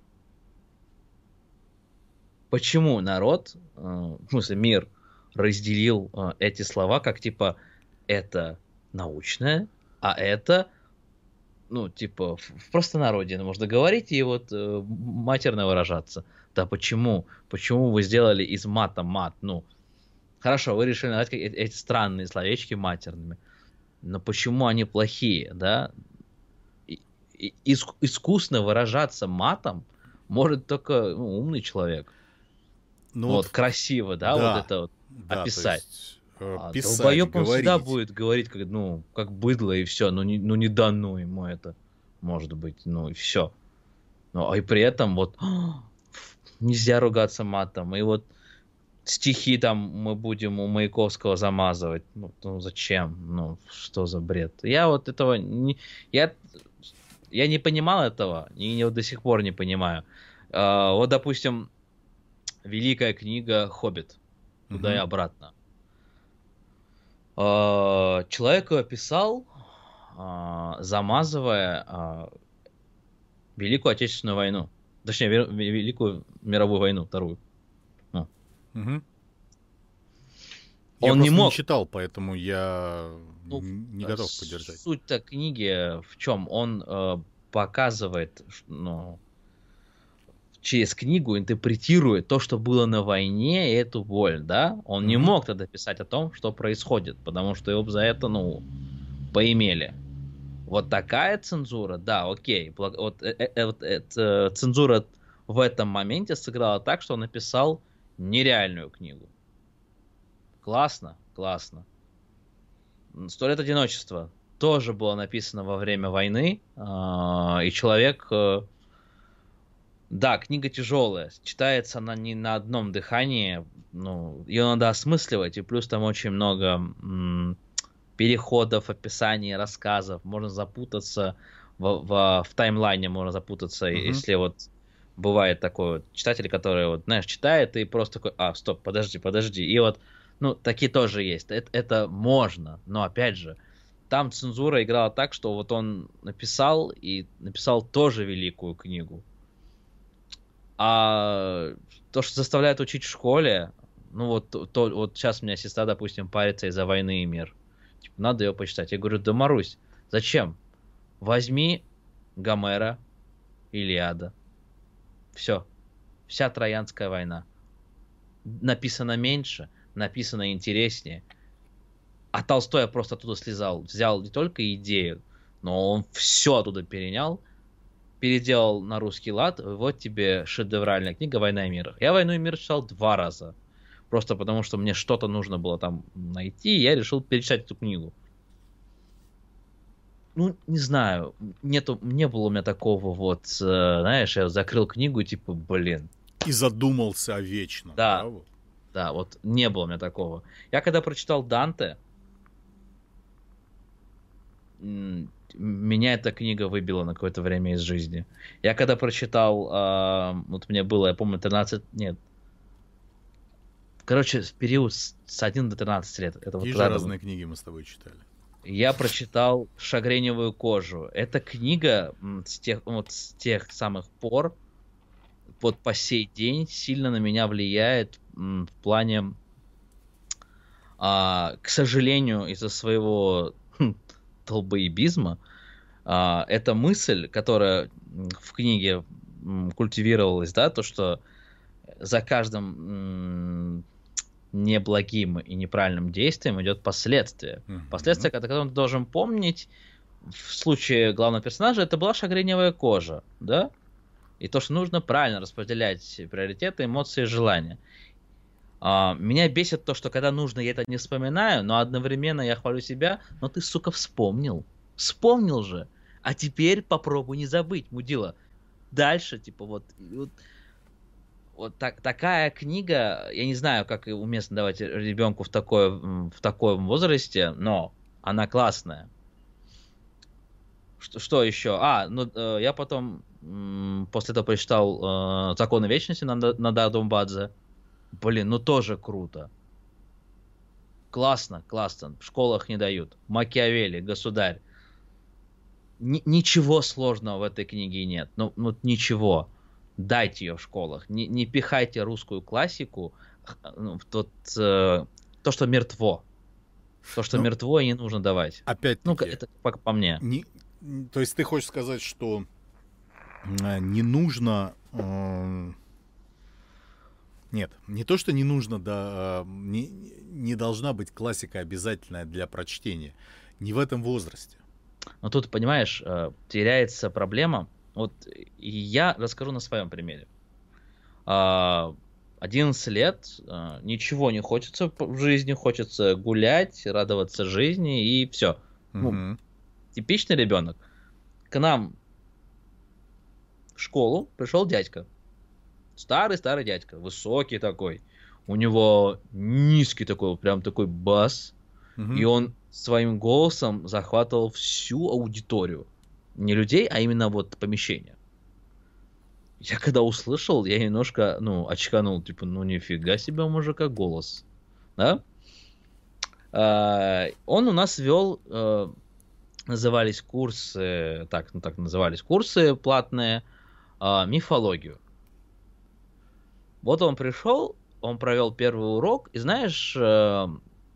Почему народ, э, в смысле мир, разделил э, эти слова, как типа, это научное, а это... Ну, типа, в простонародье можно говорить и вот э, матерно выражаться. Да почему? Почему вы сделали из мата мат? Ну, хорошо, вы решили назвать эти странные словечки матерными. Но почему они плохие, да? И, и, иск, искусно выражаться матом может только ну, умный человек. Ну, вот, вот, красиво, да, да, вот это вот да, описать. А писать, долбоёб он говорить. всегда будет говорить, как, ну, как быдло и все, ну не, ну не дано ему это, может быть, ну и все. Ну, и при этом вот нельзя ругаться матом. И вот стихи там мы будем у Маяковского замазывать. Ну, ну зачем? Ну, что за бред? Я вот этого не... Я, я не понимал этого, и вот до сих пор не понимаю. А, вот, допустим, великая книга «Хоббит». Туда угу. и обратно. А, человек ее писал, а, замазывая а, Великую Отечественную войну. Точнее, Великую мировую войну, вторую. Ну. Угу. Я Он не мог. не читал, поэтому я ну, не готов поддержать. Суть-то книги в чем? Он э, показывает, ну, через книгу интерпретирует то, что было на войне, и эту боль, да? Он mm-hmm. не мог тогда писать о том, что происходит, потому что его за это, ну, поимели. Вот такая цензура, да, окей. Вот, э, э, вот э, цензура в этом моменте сыграла так, что он написал нереальную книгу. Классно, классно. «Сто лет одиночества» тоже было написано во время войны, э, и человек... Э, да, книга тяжелая, читается она не на одном дыхании, ну, ее надо осмысливать, и плюс там очень много м, переходов, описаний, рассказов, можно запутаться в, в, в таймлайне, можно запутаться, mm-hmm. если вот бывает такой вот читатель, который, вот, знаешь, читает и просто такой, а, стоп, подожди, подожди, и вот, ну, такие тоже есть, это, это можно, но опять же, там цензура играла так, что вот он написал, и написал тоже великую книгу. А то, что заставляет учить в школе, ну вот, то, вот сейчас у меня сестра, допустим, парится из-за «Войны и мир». Типа, надо ее почитать. Я говорю, да, Марусь, зачем? Возьми Гомера, Илиада. Все. Вся Троянская война. Написано меньше, написано интереснее. А Толстой просто оттуда слезал. Взял не только идею, но он все оттуда перенял, переделал на русский лад, вот тебе шедевральная книга «Война и мир». Я «Войну и мир» читал два раза. Просто потому, что мне что-то нужно было там найти, и я решил перечитать эту книгу. Ну, не знаю, нету, не было у меня такого вот, знаешь, я закрыл книгу, типа, блин. И задумался о вечном. Да, да, да, вот не было у меня такого. Я когда прочитал Данте, меня эта книга выбила на какое-то время из жизни. Я когда прочитал, э, вот мне было, я помню, тринадцать, нет, короче, в период с одиннадцати до тринадцати лет. Это Какие вот же разные книги мы с тобой читали? Я прочитал «Шагреневую кожу». Эта книга с тех, вот, с тех самых пор, вот по сей день, сильно на меня влияет в плане, а, к сожалению, из-за своего толбоебизма, а, эта мысль, которая в книге культивировалась, да, то, что за каждым м, неблагим и неправильным действием идет последствие. Mm-hmm. Последствия, которые ты должен помнить, в случае главного персонажа, это была шагреневая кожа, да? И то, что нужно правильно распределять приоритеты, эмоции, желания. А, меня бесит то, что когда нужно, я это не вспоминаю, но одновременно я хвалю себя, но ты, сука, вспомнил. Вспомнил же. А теперь попробуй не забыть, мудила. Дальше, типа, вот... вот Вот так, такая книга, я не знаю, как уместно давать ребенку в, такое, в таком возрасте, но она классная. Что, что еще? А, ну, э, я потом м, после этого прочитал э, «Законы вечности» Надао Думбадзе. Блин, ну тоже круто. Классно, классно. В школах не дают. Макиавелли, «Государь». Н- ничего сложного в этой книге нет. Ну, ну ничего. Дайте ее в школах. Не, не пихайте русскую классику ну, в тот, э, то, что мертво. То, что ну, мертво, и не нужно давать. Опять-таки. Ну, это по, по мне. Не, то есть ты хочешь сказать, что не нужно... Э, нет, не то, что не нужно, да, не, не должна быть классика обязательная для прочтения. Не в этом возрасте. Но тут, понимаешь, э, теряется проблема. Вот я расскажу на своем примере. одиннадцать лет, ничего не хочется в жизни, хочется гулять, радоваться жизни и все. Угу. Ну, типичный ребенок. К нам в школу пришел дядька. Старый-старый дядька, высокий такой. У него низкий такой, прям такой бас. Мгм. И он своим голосом захватывал всю аудиторию. Не людей, а именно вот помещение. Я когда услышал, я немножко, ну, очканул. Типа, ну, нифига себе у мужика голос. Да? А, он у нас вел, э, назывались курсы, так, ну, так назывались курсы платные, а, мифологию. Вот он пришел, он провел первый урок, и знаешь, э,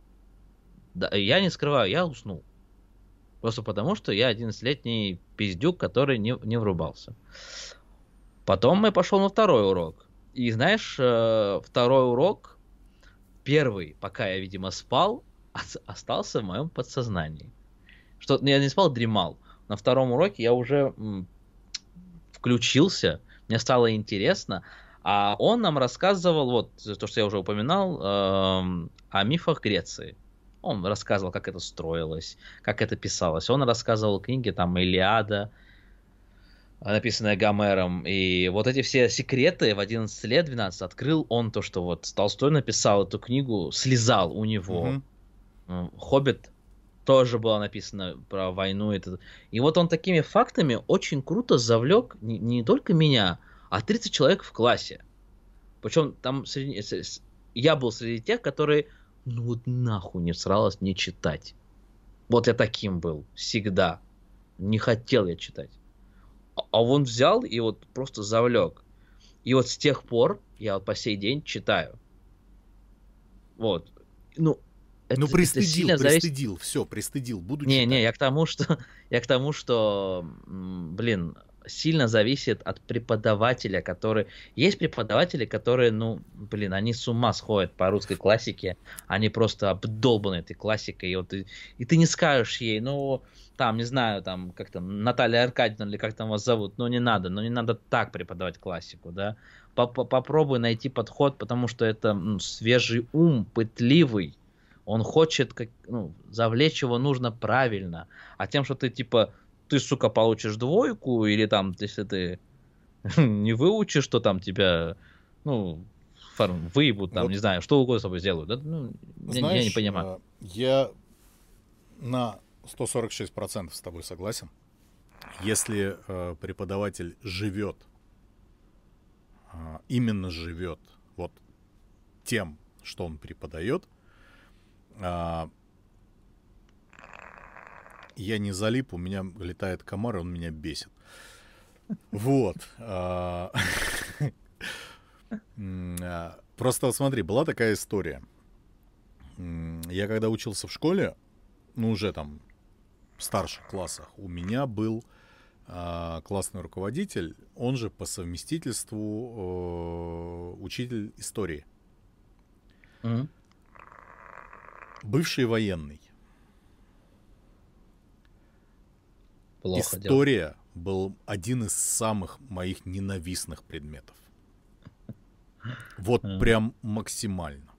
да, я не скрываю, я уснул. Просто потому, что я одиннадцатилетний пиздюк, который не, не врубался. Потом я пошел на второй урок. И знаешь, э, второй урок, первый, пока я, видимо, спал, ос- остался в моем подсознании. Что, ну, я не спал, дремал. На втором уроке я уже м, включился, мне стало интересно, а он нам рассказывал, вот то, что я уже упоминал, эм, о мифах Греции. Он рассказывал, как это строилось, как это писалось. Он рассказывал книги, там, Илиада, написанная Гомером. И вот эти все секреты в одиннадцать лет, двенадцать, открыл он то, что вот Толстой написал эту книгу, слезал у него. Мгм. Хоббит тоже было написано про войну. Это... И вот он такими фактами очень круто завлек не, не только меня, а тридцать человек в классе. Причем там среди... с- с- я был среди тех, которые ну вот нахуй не сралось не читать. Вот я таким был всегда. Не хотел я читать. А а он взял и вот просто завлек. И вот с тех пор я вот по сей день читаю. Вот. Ну, Ну, это, это пристыдил, сильно зависит. пристыдил, все, пристыдил, буду Не, не, читать. я к тому, что я к тому, что, м, блин, сильно зависит от преподавателя, который... Есть преподаватели, которые, ну, блин, они с ума сходят по русской классике, они просто обдолбаны этой классикой, и, вот, и, и ты не скажешь ей, ну, там, не знаю, там, как там, Наталья Аркадьевна, или как там вас зовут, ну, не надо, ну, не надо так преподавать классику, да, Поп- Попробуй найти подход, потому что это м, свежий ум, пытливый, он хочет, как, ну, завлечь его нужно правильно. А тем, что ты, типа, ты, сука, получишь двойку, или там, если ты не выучишь, что там тебя, ну, фарм, выебут, там, Вот, не знаю, что угодно с тобой сделают. Да, ну, я, я не знаешь, понимаю. э, я на сто сорок шесть процентов с тобой согласен. Если э, преподаватель живет, э, именно живет вот тем, что он преподает, э, я не залип, у меня летает комар, он меня бесит. Вот. а, м, а, Просто вот смотри, была такая история. М, Я когда учился в школе, ну уже там в старших классах, у меня был а, классный руководитель, он же по совместительству э, учитель истории. Мгм. Бывший военный. Плохо дело. История был один из самых моих ненавистных предметов. Вот Мгм. прям максимально.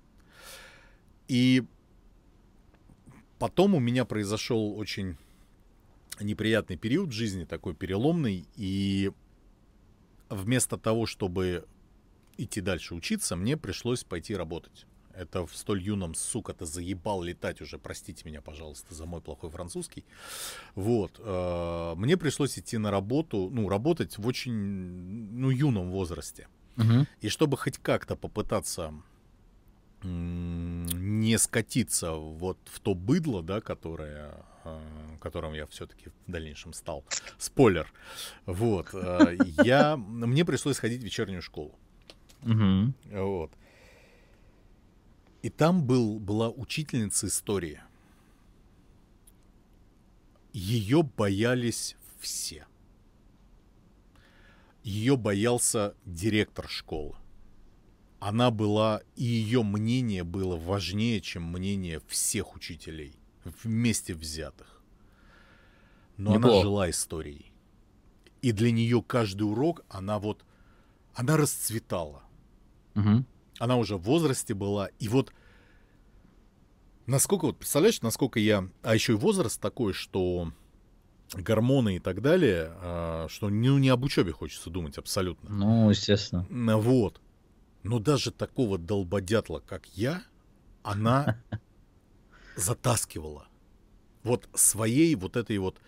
И потом у меня произошел очень неприятный период в жизни, такой переломный, и вместо того, чтобы идти дальше учиться, мне пришлось пойти работать. Это в столь юном, сука, ты заебал летать уже, простите меня, пожалуйста, за мой плохой французский. Вот, э, мне пришлось идти на работу, ну, работать в очень, ну, юном возрасте. Мгм. И чтобы хоть как-то попытаться м, не скатиться вот в то быдло, да, которое, э, которым я все-таки в дальнейшем стал. Спойлер. Вот. э, Я, мне пришлось ходить в вечернюю школу. Мгм. Вот. И там был, была учительница истории. Ее боялись все. Ее боялся директор школы. Она была, и ее мнение было важнее, чем мнение всех учителей, вместе взятых. Но она Неплохо. жила историей. И для нее каждый урок, она вот, она расцветала. Мгм. Она уже в возрасте была. И вот насколько, вот представляешь, насколько я... А еще и возраст такой, что гормоны и так далее, а, что ну, не об учебе хочется думать абсолютно. Ну, естественно. Вот. Но даже такого долбодятла, как я, она затаскивала. Вот своей вот этой вот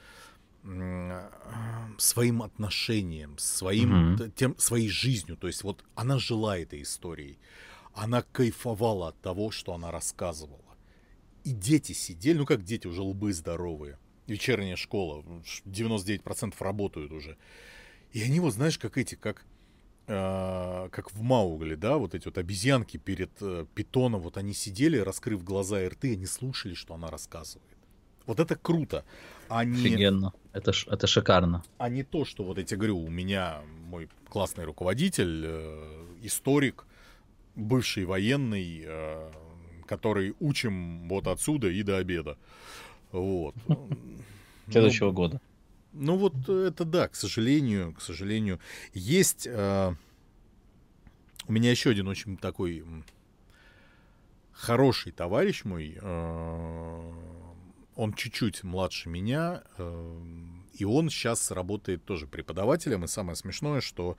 своим отношением, своим, Мгм. тем, своей жизнью. То есть вот она жила этой историей. Она кайфовала от того, что она рассказывала. И дети сидели, ну как дети, уже лбы здоровые. Вечерняя школа, девяносто девять процентов работают уже. И они вот, знаешь, как эти, как, э, как в Маугли, да, вот эти вот обезьянки перед э, питоном, вот они сидели, раскрыв глаза и рты, они слушали, что она рассказывает. Вот это круто. А не, Офигенно. Это, ш- это шикарно. а не то, что вот я тебе говорю, у меня мой классный руководитель, э, историк, бывший военный, э, который учим вот отсюда и до обеда. Вот. Ну, Следующего года. ну вот это да, к сожалению, к сожалению. Есть э, у меня еще один очень такой м, хороший товарищ мой, э, он чуть-чуть младше меня, э, и он сейчас работает тоже преподавателем. И самое смешное, что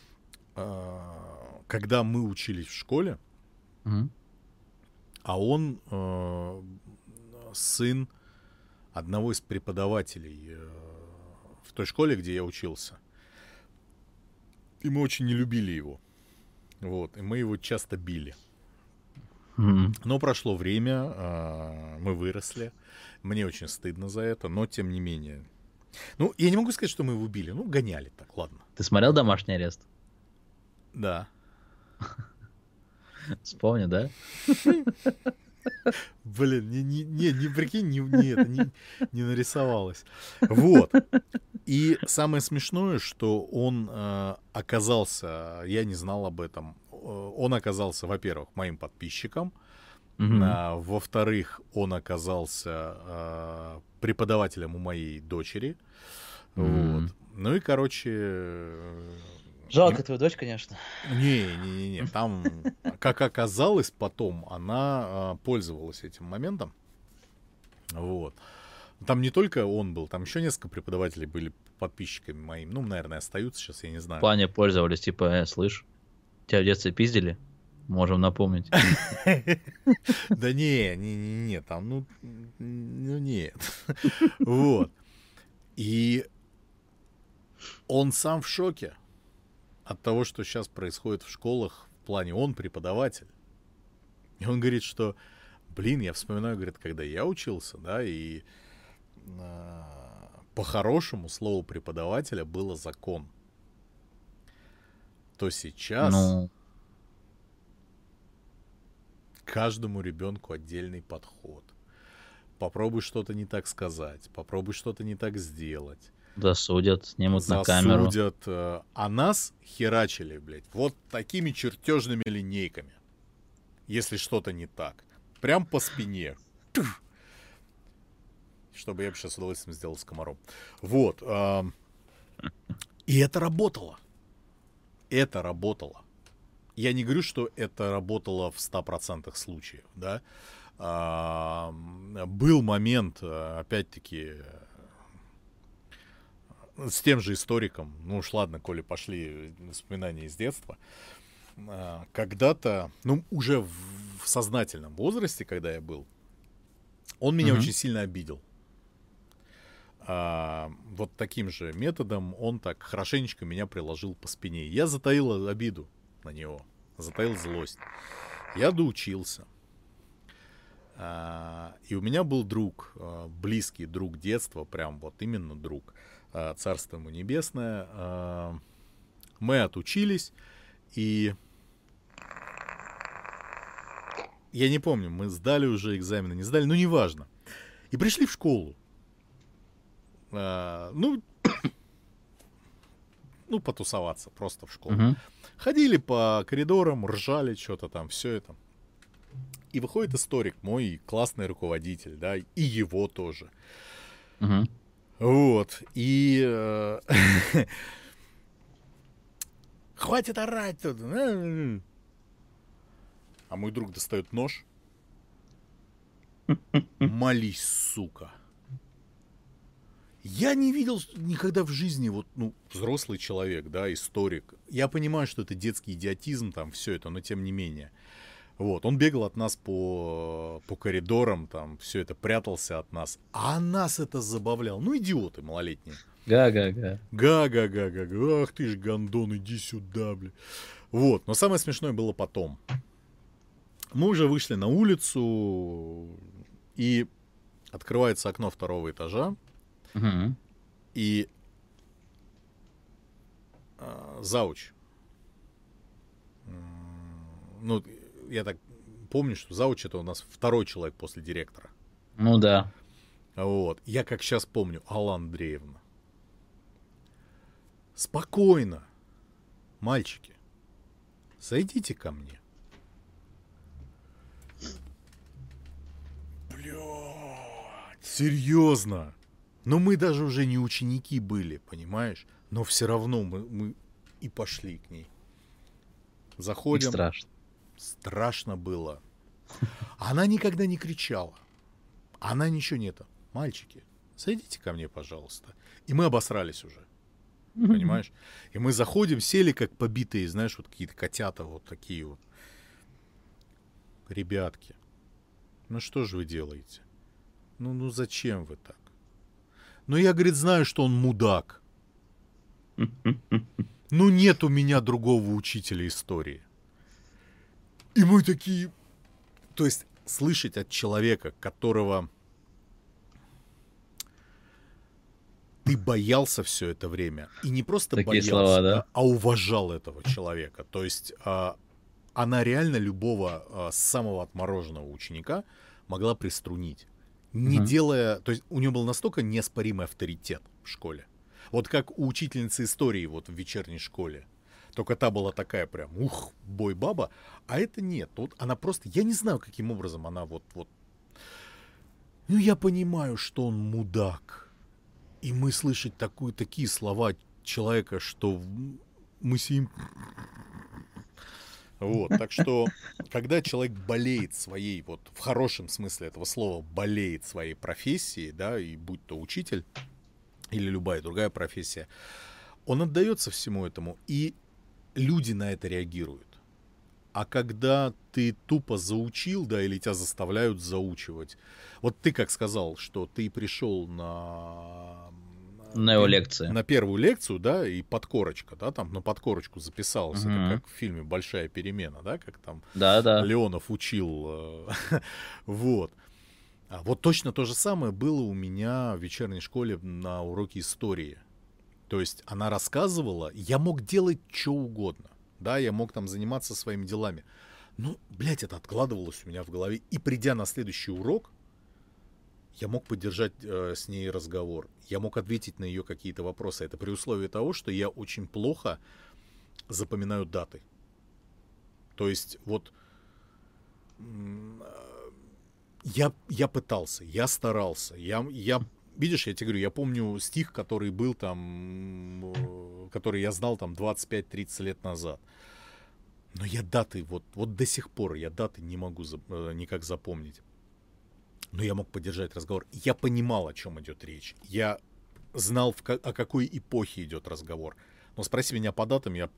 э, когда мы учились в школе, Мгм. а он э, сын одного из преподавателей э, в той школе, где я учился. И мы очень не любили его. Вот, и мы его часто били. Мгм. Но прошло время, э, мы выросли. Мне очень стыдно за это, но тем не менее. Ну, я не могу сказать, что мы его били. Ну, гоняли так, ладно. Ты смотрел «Домашний арест»? Да. Вспомни, да? Блин, не, не, не, не прикинь, не, не, это не, не нарисовалось. Вот. И самое смешное, что он э, оказался, я не знал об этом, э, он оказался, во-первых, моим подписчиком, Мгм. а, во-вторых, он оказался э, преподавателем у моей дочери. Вот. М. Ну и, короче... э, Жалко им- твою дочь, конечно. Не-не-не, там, как оказалось потом, она а, пользовалась этим моментом. Вот. Там не только он был, там еще несколько преподавателей были подписчиками моими. Ну, наверное, остаются сейчас, я не В знаю. плане пользовались, типа, э, слышь, тебя в детстве пиздили? Можем напомнить. Да не, не, не, не, там, ну, ну нет. Вот. И он сам в шоке от того, что сейчас происходит в школах в плане он преподаватель. И он говорит, что, блин, я вспоминаю, говорит, когда я учился, да, и а, по-хорошему слово преподавателя было закон. То сейчас Ну, каждому ребенку отдельный подход. Попробуй что-то не так сказать, попробуй что-то не так сделать. засудят, снимут на камеру. Засудят. э, А нас херачили, блядь, вот такими чертежными линейками. Если что-то не так. Прям по спине. Тух. Чтобы я бы сейчас с удовольствием сделал с комаром. Вот. ам, И это работало. Это работало. Я не говорю, что это работало в ста процентах случаев, да. А, был момент, э, опять-таки, э, с тем же историком, ну уж ладно, коли пошли воспоминания из детства, а, когда-то, ну уже в, в сознательном возрасте, когда я был, он меня Мгм. очень сильно обидел. А, вот таким же методом он так хорошенечко меня приложил по спине. Я затаил обиду на него, затаил злость. Я доучился. А, и у меня был друг, а, близкий друг детства, прям вот именно друг, а, царство ему небесное. А, мы отучились, и я не помню, мы сдали уже экзамены, не сдали, ну неважно. И пришли в школу. А, ну, ну, потусоваться просто в школу. Мгм. Ходили по коридорам, ржали, что-то там, все это. И выходит историк, мой классный руководитель, да, и его тоже. Мгм. Вот, и... э, Хватит орать тут. А мой друг достает нож. Молись, сука. Я не видел никогда в жизни, вот, ну, взрослый человек, да, историк. Я понимаю, что это детский идиотизм, там, все это, но тем не менее. Вот, он бегал от нас по, по коридорам, там, все это, прятался от нас. А нас это забавлял. Ну, идиоты малолетние. Га-га-га. Га-га-га-га-га. Ах ты ж гондон, иди сюда, бля. Вот, но самое смешное было потом. Мы уже вышли на улицу, и открывается окно второго этажа, Угу. и э, зауч. Ну, я так помню, что зауч это у нас второй человек после директора. Ну да. Вот. Я как сейчас помню, Алла Андреевна. Спокойно, мальчики, зайдите ко мне. Блядь, серьезно. Но мы даже уже не ученики были, понимаешь? Но все равно мы, мы и пошли к ней. Заходим. И страшно. Страшно было. Она никогда не кричала. Она ничего нет. Мальчики, зайдите ко мне, пожалуйста. И мы обосрались уже. Понимаешь? И мы заходим, сели как побитые, знаешь, вот какие-то котята, вот такие вот. Ребятки, ну что же вы делаете? Ну, ну зачем вы так? Ну, я, говорит, знаю, что он мудак. Ну, нет у меня другого учителя истории. И мы такие... То есть, слышать от человека, которого ты боялся все это время, и не просто Такие боялся, слова, да? да, а уважал этого человека. То есть, а, она реально любого а, самого отмороженного ученика могла приструнить. Не Мгм. делая... То есть, у нее был настолько неоспоримый авторитет в школе. Вот как у учительницы истории вот в вечерней школе. Только та была такая прям, ух, бой-баба. А это нет. Вот она просто... Я не знаю, каким образом она вот... вот. Ну, я понимаю, что он мудак. И мы слышать такую, такие слова человека, что мы с ним... Вот, так что, когда человек болеет своей, вот в хорошем смысле этого слова, болеет своей профессией, да, и будь то учитель или любая другая профессия, он отдается всему этому, и люди на это реагируют. А когда ты тупо заучил, да, или тебя заставляют заучивать, вот ты как сказал, что ты пришел на... На его лекции. На первую лекцию, да, и подкорочка, да, там на подкорочку записался, Мгм. это как в фильме «Большая перемена», да, как там Да-да. Леонов учил, э, вот. А вот точно то же самое было у меня в вечерней школе на уроке истории. То есть она рассказывала, я мог делать что угодно, да, я мог там заниматься своими делами. Ну, блядь, это откладывалось у меня в голове. И придя на следующий урок, я мог поддержать э, с ней разговор. Я мог ответить на ее какие-то вопросы. Это при условии того, что я очень плохо запоминаю даты. То есть вот м, э, я, я пытался, я старался. Я, я, видишь, я тебе говорю, я помню стих, который был там, э, который я знал там двадцать пять тридцать лет назад. Но я даты, вот, вот до сих пор я даты не могу за, э, никак запомнить. Но я мог поддержать разговор. Я понимал, о чем идет речь. Я знал, в ка- о какой эпохе идет разговор. Но спроси меня по датам, я...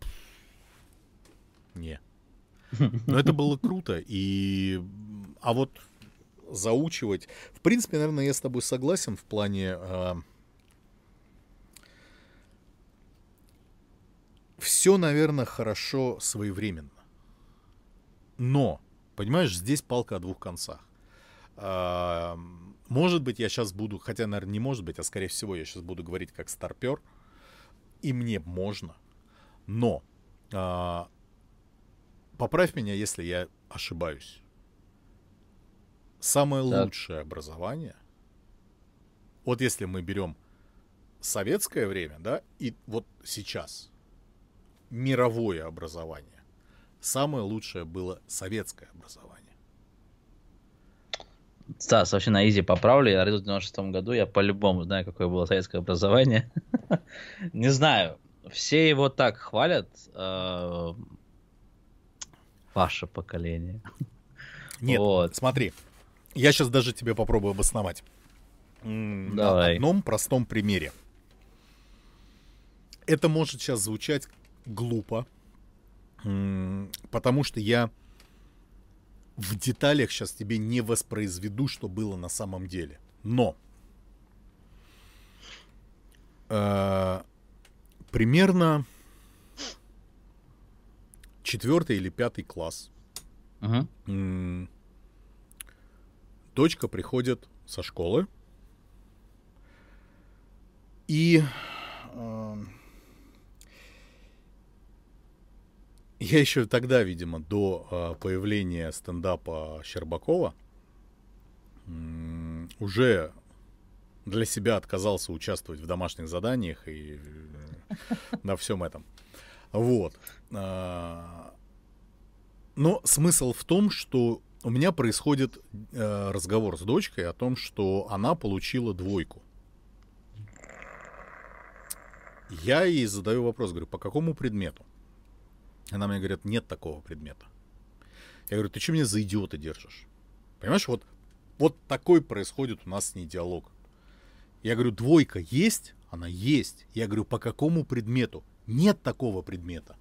Не. Но это было круто. И... А вот заучивать... В принципе, наверное, я с тобой согласен в плане... Э... Все, наверное, хорошо своевременно. Но, понимаешь, здесь палка о двух концах. Может быть, я сейчас буду, хотя, наверное, не может быть, а скорее всего, я сейчас буду говорить как старпер, и мне можно, но а, поправь меня, если я ошибаюсь. Самое Так. лучшее образование, вот если мы берем советское время, да, и вот сейчас мировое образование, самое лучшее было советское образование. Стас, вообще на изи поправлю. Я родился в девяносто шестом году. Я по-любому знаю, какое было советское образование. Не знаю. Все его так хвалят. э, Ваше поколение. Нет, Вот. смотри. Я сейчас даже тебе попробую обосновать. м, на Давай. одном простом примере. Это может сейчас звучать глупо, м, потому что я в деталях сейчас тебе не воспроизведу, что было на самом деле. Но э, примерно четвертый или пятый класс. Угу. М, Дочка приходит со школы. И э, я еще тогда, видимо, до э, появления стендапа Щербакова м, уже для себя отказался участвовать в домашних заданиях и э, на всем этом. Вот. А, Но смысл в том, что у меня происходит э, разговор с дочкой о том, что она получила двойку. Я ей задаю вопрос, говорю, по какому предмету? Она мне говорит, нет такого предмета. Я говорю, ты что меня за идиота держишь? Понимаешь, вот, вот такой происходит у нас с ней диалог. Я говорю, двойка есть? Она есть. Я говорю, по какому предмету? Нет такого предмета.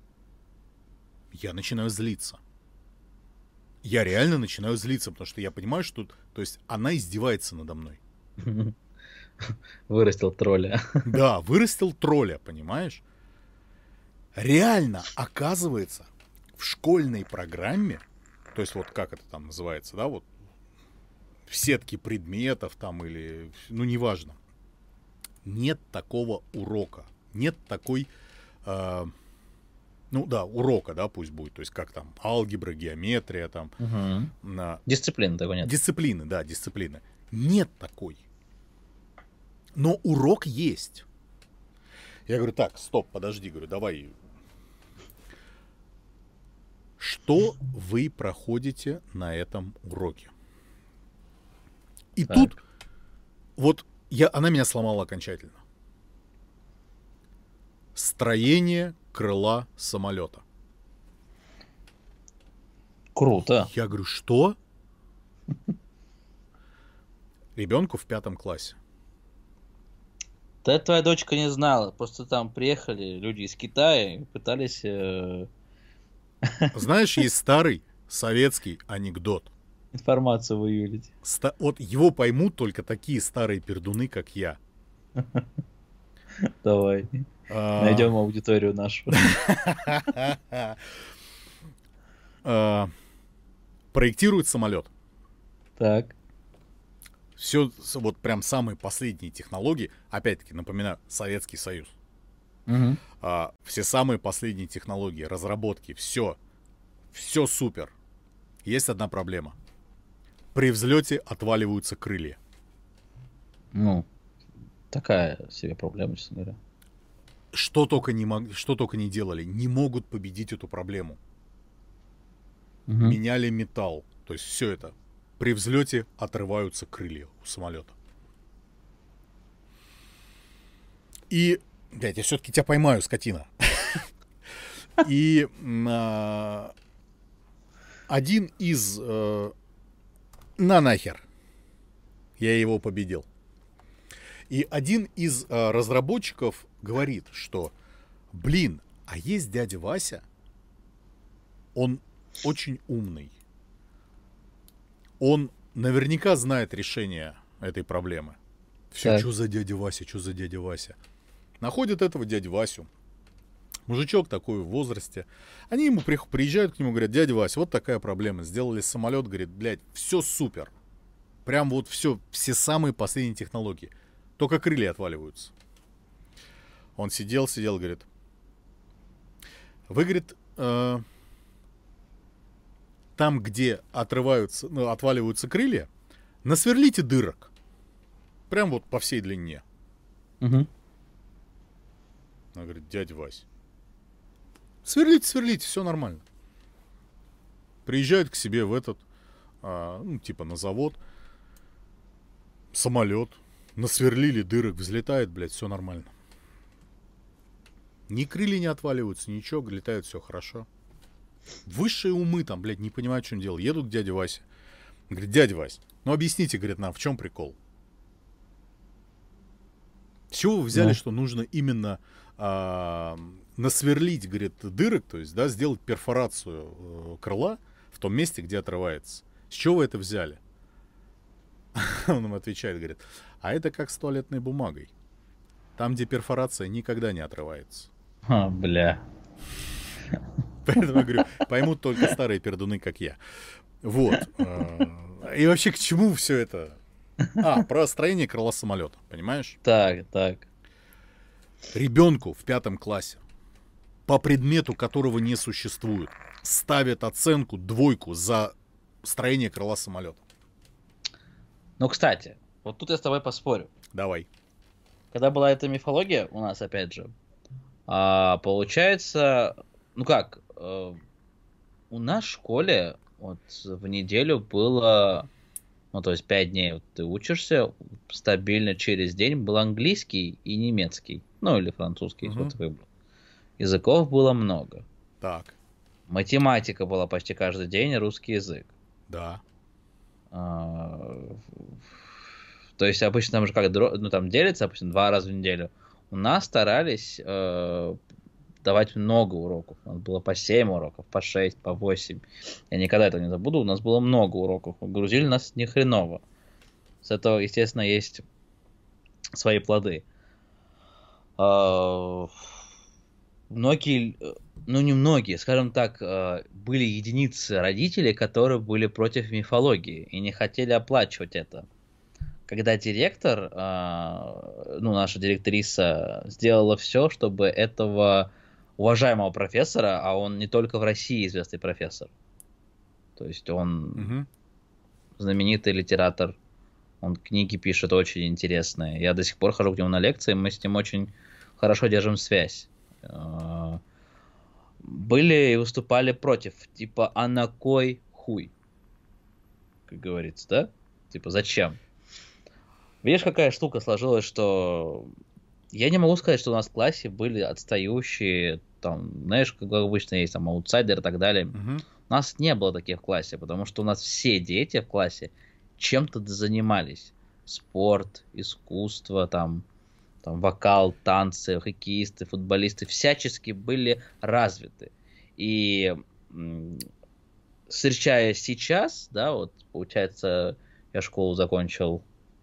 Я начинаю злиться. Я реально начинаю злиться, потому что я понимаю, что, то есть, она издевается надо мной. Вырастил тролля. Да, вырастил тролля, понимаешь? Реально, оказывается, в школьной программе, то есть вот как это там называется, да, вот в сетке предметов там или, ну, неважно, нет такого урока, нет такой, э, ну да, урока, да, пусть будет, то есть как там, алгебра, геометрия там. Угу. На... Дисциплины такой нет. Дисциплины, да, дисциплины. Нет такой. Но урок есть. Я говорю, так, стоп, подожди, говорю, давай. Что вы проходите на этом уроке? И Так. тут вот я, она меня сломала окончательно. Строение крыла самолета. Круто. Я говорю, что? Ребенку в пятом классе. Да твоя дочка не знала. Просто там приехали люди из Китая и пытались... э, Знаешь, есть старый советский анекдот. информацию выявить. Ста- вот его поймут только такие старые пердуны, как я. Давай. А, Найдем аудиторию нашу. а, Проектируют самолет. Так. Все, вот прям самые последние технологии. Опять-таки, напоминаю, Советский Союз. Угу. А, все самые последние технологии, разработки, все. Все супер. Есть одна проблема. При взлете отваливаются крылья. Ну, такая себе проблема, честно говоря. Что только не, мог, что только не делали. Не могут победить эту проблему. Угу. Меняли металл. То есть все это. При взлете отрываются крылья у самолета. И, блядь, я все-таки тебя поймаю, скотина. И а, один из... а, на нахер. Я его победил. И один из а, разработчиков говорит, что, блин, а есть дядя Вася, он очень умный. Он наверняка знает решение этой проблемы. Все, Так. что за дядя Вася, что за дядя Вася? Находят этого дядю Васю. Мужичок такой в возрасте. Они ему при- приезжают к нему, говорят, дядя Вася, вот такая проблема. Сделали самолет, говорит, блядь, все супер. Прям вот все, все самые последние технологии. Только крылья отваливаются. Он сидел, сидел, говорит, вы, говорит, э, там, где отрываются, ну, отваливаются крылья, насверлите дырок. Прям вот по всей длине. Угу. Она говорит, дядя Вась, сверлите, сверлите, все нормально. Приезжают к себе в этот, а, ну, типа на завод, самолет, насверлили дырок, взлетает, блядь, все нормально. Ни крылья не отваливаются, ничего, летает все хорошо. Высшие умы там, блядь, не понимают, в чем дело. Едут к дяде Васе. Говорит, дядя Вась, ну объясните, говорит, нам, в чем прикол? С чего вы взяли, Ну. что нужно именно а, насверлить, говорит, дырок, то есть, да, сделать перфорацию э, крыла в том месте, где отрывается? С чего вы это взяли? Он им отвечает, говорит, а это как с туалетной бумагой. Там, где перфорация никогда не отрывается. А, бля. Поэтому я говорю, поймут только старые пердуны, как я. Вот. И вообще, к чему все это? А, про строение крыла самолета, понимаешь? Так, так. Ребенку в пятом классе, по предмету которого не существует, ставят оценку двойку за строение крыла самолета. Ну, кстати, вот тут я с тобой поспорю. Давай. Когда была эта мифология у нас, опять же, а, получается, ну как, э, у нас в школе вот в неделю было, ну то есть пять дней вот ты учишься, стабильно через день был английский и немецкий, ну или французский, Мгм. вот выбрал. Языков было много. Так, Математика была почти каждый день, русский язык. да. А, То есть обычно там же как, дро- ну там делится, обычно два раза в неделю. У нас старались э, давать много уроков. У нас было по семь уроков, по шесть, по восемь. Я никогда этого не забуду. У нас было много уроков. Грузили нас ни хреново. С этого, естественно, есть свои плоды. А, Многие, э, ну не многие, скажем так, э, были единицы родителей, которые были против мифологии и не хотели оплачивать это. Когда директор, э, ну наша директриса, сделала все, чтобы этого уважаемого профессора, а он не только в России известный профессор, то есть он Мгм. знаменитый литератор, он книги пишет очень интересные. Я до сих пор хожу к нему на лекции, мы с ним очень хорошо держим связь. Э, Были и выступали против, типа, а на кой хуй? Как говорится, да? Типа, зачем? Видишь, какая штука сложилась, что я не могу сказать, что у нас в классе были отстающие, там, знаешь, как обычно есть, там, аутсайдеры и так далее. Мгм. У нас не было таких в классе, потому что у нас все дети в классе чем-то занимались. Спорт, искусство, там, там вокал, танцы, хоккеисты, футболисты всячески были развиты. И м, встречаясь сейчас, да, вот, получается, я школу закончил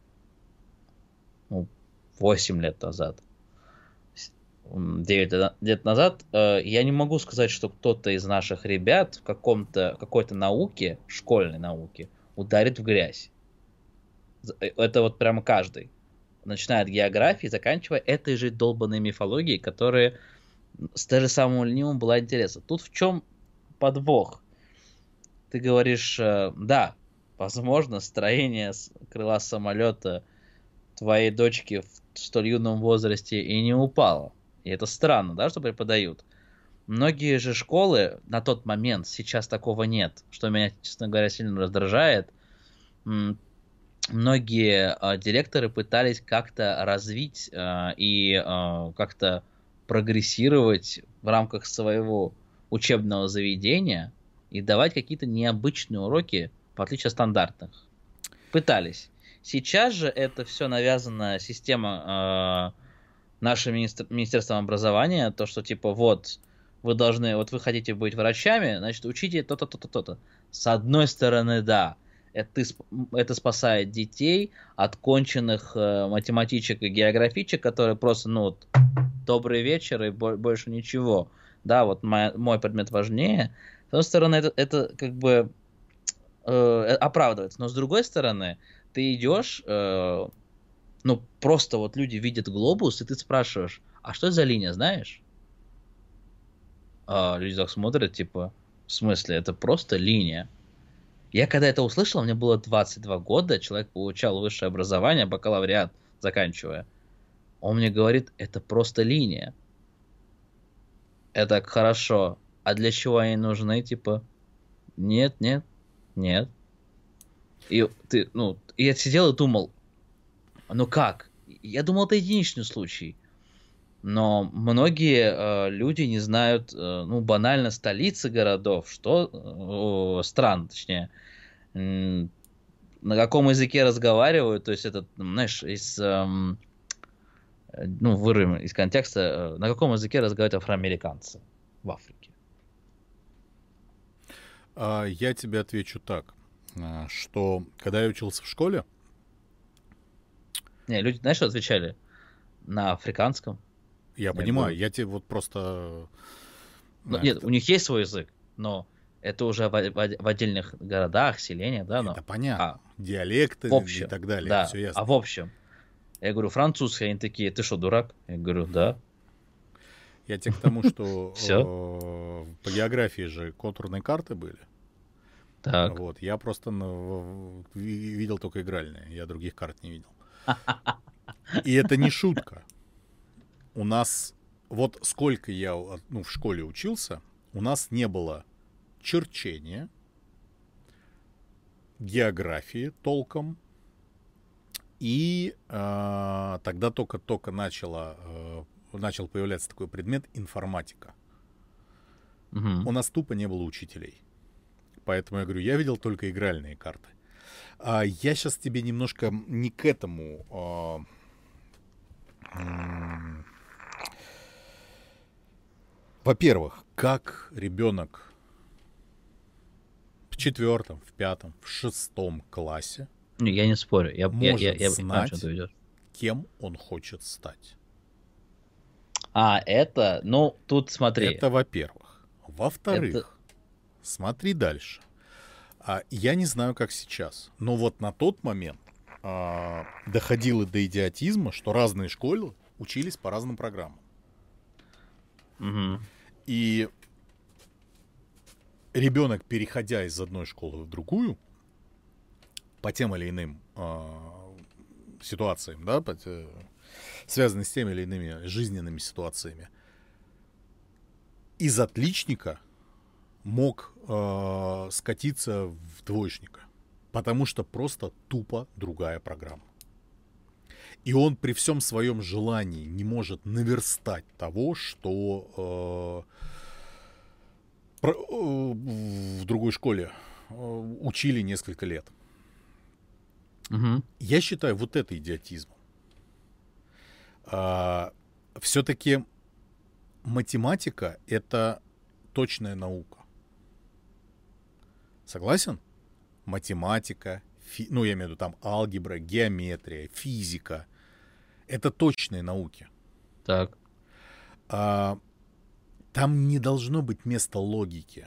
ну, восемь лет назад, девять лет назад, э, я не могу сказать, что кто-то из наших ребят в каком-то, какой-то науке, школьной науке, ударит в грязь. За- э, Это вот прямо каждый. Начиная от географии, заканчивая этой же долбанной мифологией, которая с даже самому ленивому была интересна. Тут в чем подвох? Ты говоришь, э, да, возможно, строение с- крыла самолета твоей дочки в столь юном возрасте и не упало. И это странно, да, что преподают. Многие же школы на тот момент, сейчас такого нет, что меня, честно говоря, сильно раздражает. М, Многие э, директоры пытались как-то развить э, и э, как-то прогрессировать в рамках своего учебного заведения и давать какие-то необычные уроки, в отличие от стандартных. Пытались. Сейчас же это все навязана система э, нашим министр- министерством образования, то, что типа вот вы должны, вот вы хотите быть врачами, значит учите то-то, то-то, то-то. С одной стороны, да, это, сп- это спасает детей от конченых э, математичек и географичек, которые просто, ну вот, добрый вечер и бо- больше ничего. Да, вот моя- мой предмет важнее. С одной стороны, это, это как бы э, оправдывается. Но с другой стороны, ты идешь, э, ну, просто вот люди видят глобус, и ты спрашиваешь, а что это за линия, знаешь? А люди так смотрят, типа, в смысле, это просто линия. Я когда это услышал, мне было двадцать два года, человек получал высшее образование, бакалавриат заканчивая. Он мне говорит, это просто линия. Это хорошо. А для чего они нужны, типа? Нет, нет, нет. И ты, ну, и я сидел и думал, ну как? Я думал, это единичный случай. Но многие э, люди не знают, э, ну, банально столицы городов, что, э, о, стран, точнее, м, на каком языке разговаривают, то есть это, знаешь, из, эм, ну, вырвем из контекста, на каком языке разговаривают афроамериканцы в Африке? А, я тебе отвечу так, что когда я учился в школе... Не, люди, знаешь, что отвечали? На африканском. Я Я понимаю, говорю. я тебе вот просто... Ну, а, нет, это- у них есть свой язык, но это уже в, в- в отдельных городах, селениях, да, но... Это понятно. А, Диалекты в и общем, так далее, да, все ясно. а в общем, я говорю, французский, они такие, ты что, дурак? Я говорю, да. Я тебе к тому, что Всё. э, по географии же контурные карты были. Так. Вот, я просто ну, в- ви- видел только игральные, я других карт не видел. И это не шутка. У нас, вот сколько я ну, в школе учился, у нас не было черчения, географии толком. И э, тогда только-только начало, э, начал появляться такой предмет информатика. Мгм. У нас тупо не было учителей. Поэтому я говорю, я видел только игральные карты. А я сейчас тебе немножко не к этому... а, м, Во-первых, как ребенок в четвертом, в пятом, в шестом классе Не, я не спорю, я, я, я, может я понимаю, что знать, ты ведешь. кем он хочет стать. А, это, ну, тут смотри. Это во-первых. Во-вторых, Это- смотри дальше. А, я не знаю, как сейчас, но вот на тот момент а, доходило до идиотизма, что разные школы учились по разным программам. Мгм. И ребенок, переходя из одной школы в другую, по тем или иным а, ситуациям, да, по те- связанным с теми или иными жизненными ситуациями, из отличника мог а, скатиться в двоечника, потому что просто тупо другая программа. И он при всем своем желании не может наверстать того, что э, про- э, в другой школе э, учили несколько лет. Мгм. Я считаю, вот это идиотизм. А, все-таки математика — это точная наука. Согласен? Математика, фи- ну, я имею в виду там алгебра, геометрия, физика — это точные науки. Так. А, там не должно быть места логике.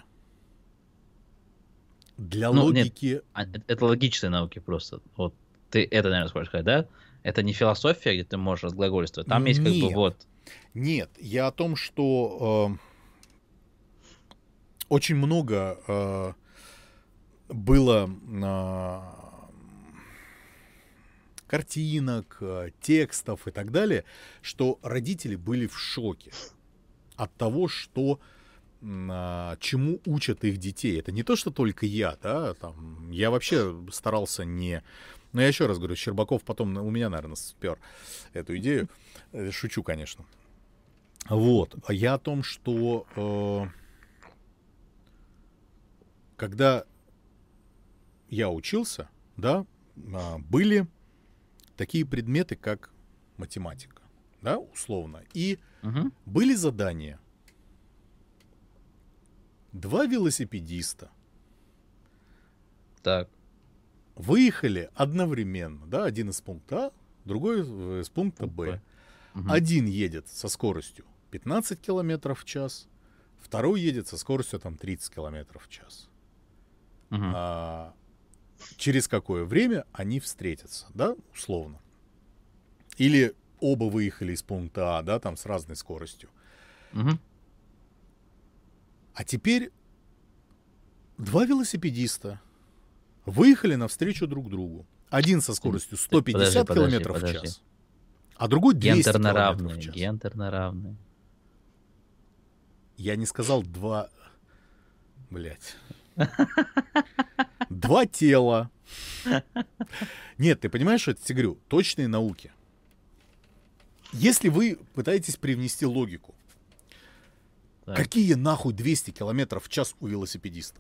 Для Ну, нет. логики... А, э- Это логичные науки просто. Вот ты это, наверное, хочешь сказать, да? Это не философия, где ты можешь разглагольствовать. Там есть как бы Нет. вот. Нет, я о том, что э, очень много э, было э, картинок, э, текстов и так далее, что родители были в шоке от того, что м, а, чему учат их детей. Это не то, что только я, да, там, я вообще старался не... Но я еще раз говорю, Щербаков потом у меня, наверное, спер эту идею. Э, Шучу, конечно. Вот. А я о том, что э, когда я учился, да, а, были такие предметы, как математика, да, условно. И Мгм. были задания. Два велосипедиста Так. выехали одновременно, да, один из пункта А, другой э, из пункта Б. Мгм. Один едет со скоростью пятнадцать километров в час, второй едет со скоростью там тридцать километров в час. Мгм. А, через какое время они встретятся, да, условно. Или оба выехали из пункта А, да, там с разной скоростью. Мгм. А теперь два велосипедиста выехали навстречу друг другу. Один со скоростью сто пятьдесят Подожди, километров подожди, в подожди. час, а другой двести Гендерно километров равные. в час. Гендерно равные. Я не сказал два... Блять. Два тела. Нет, ты понимаешь, что это, я тебе говорю, точные науки. Если вы пытаетесь привнести логику, Так. какие нахуй двести километров в час у велосипедиста?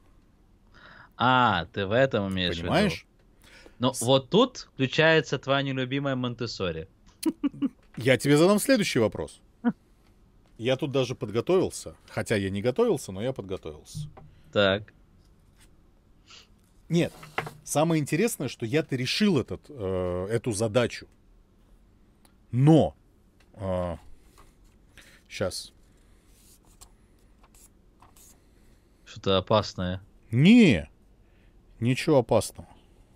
А, ты в этом имеешь в виду? Понимаешь? Ну, С- вот тут включается твоя нелюбимая Монтессори. Я тебе задам следующий вопрос. Я тут даже подготовился. Хотя я не готовился, но я подготовился. Так. Нет. Самое интересное, что я-то решил этот, э, эту задачу. Но. Э, сейчас. Что-то опасное. Не. Ничего опасного.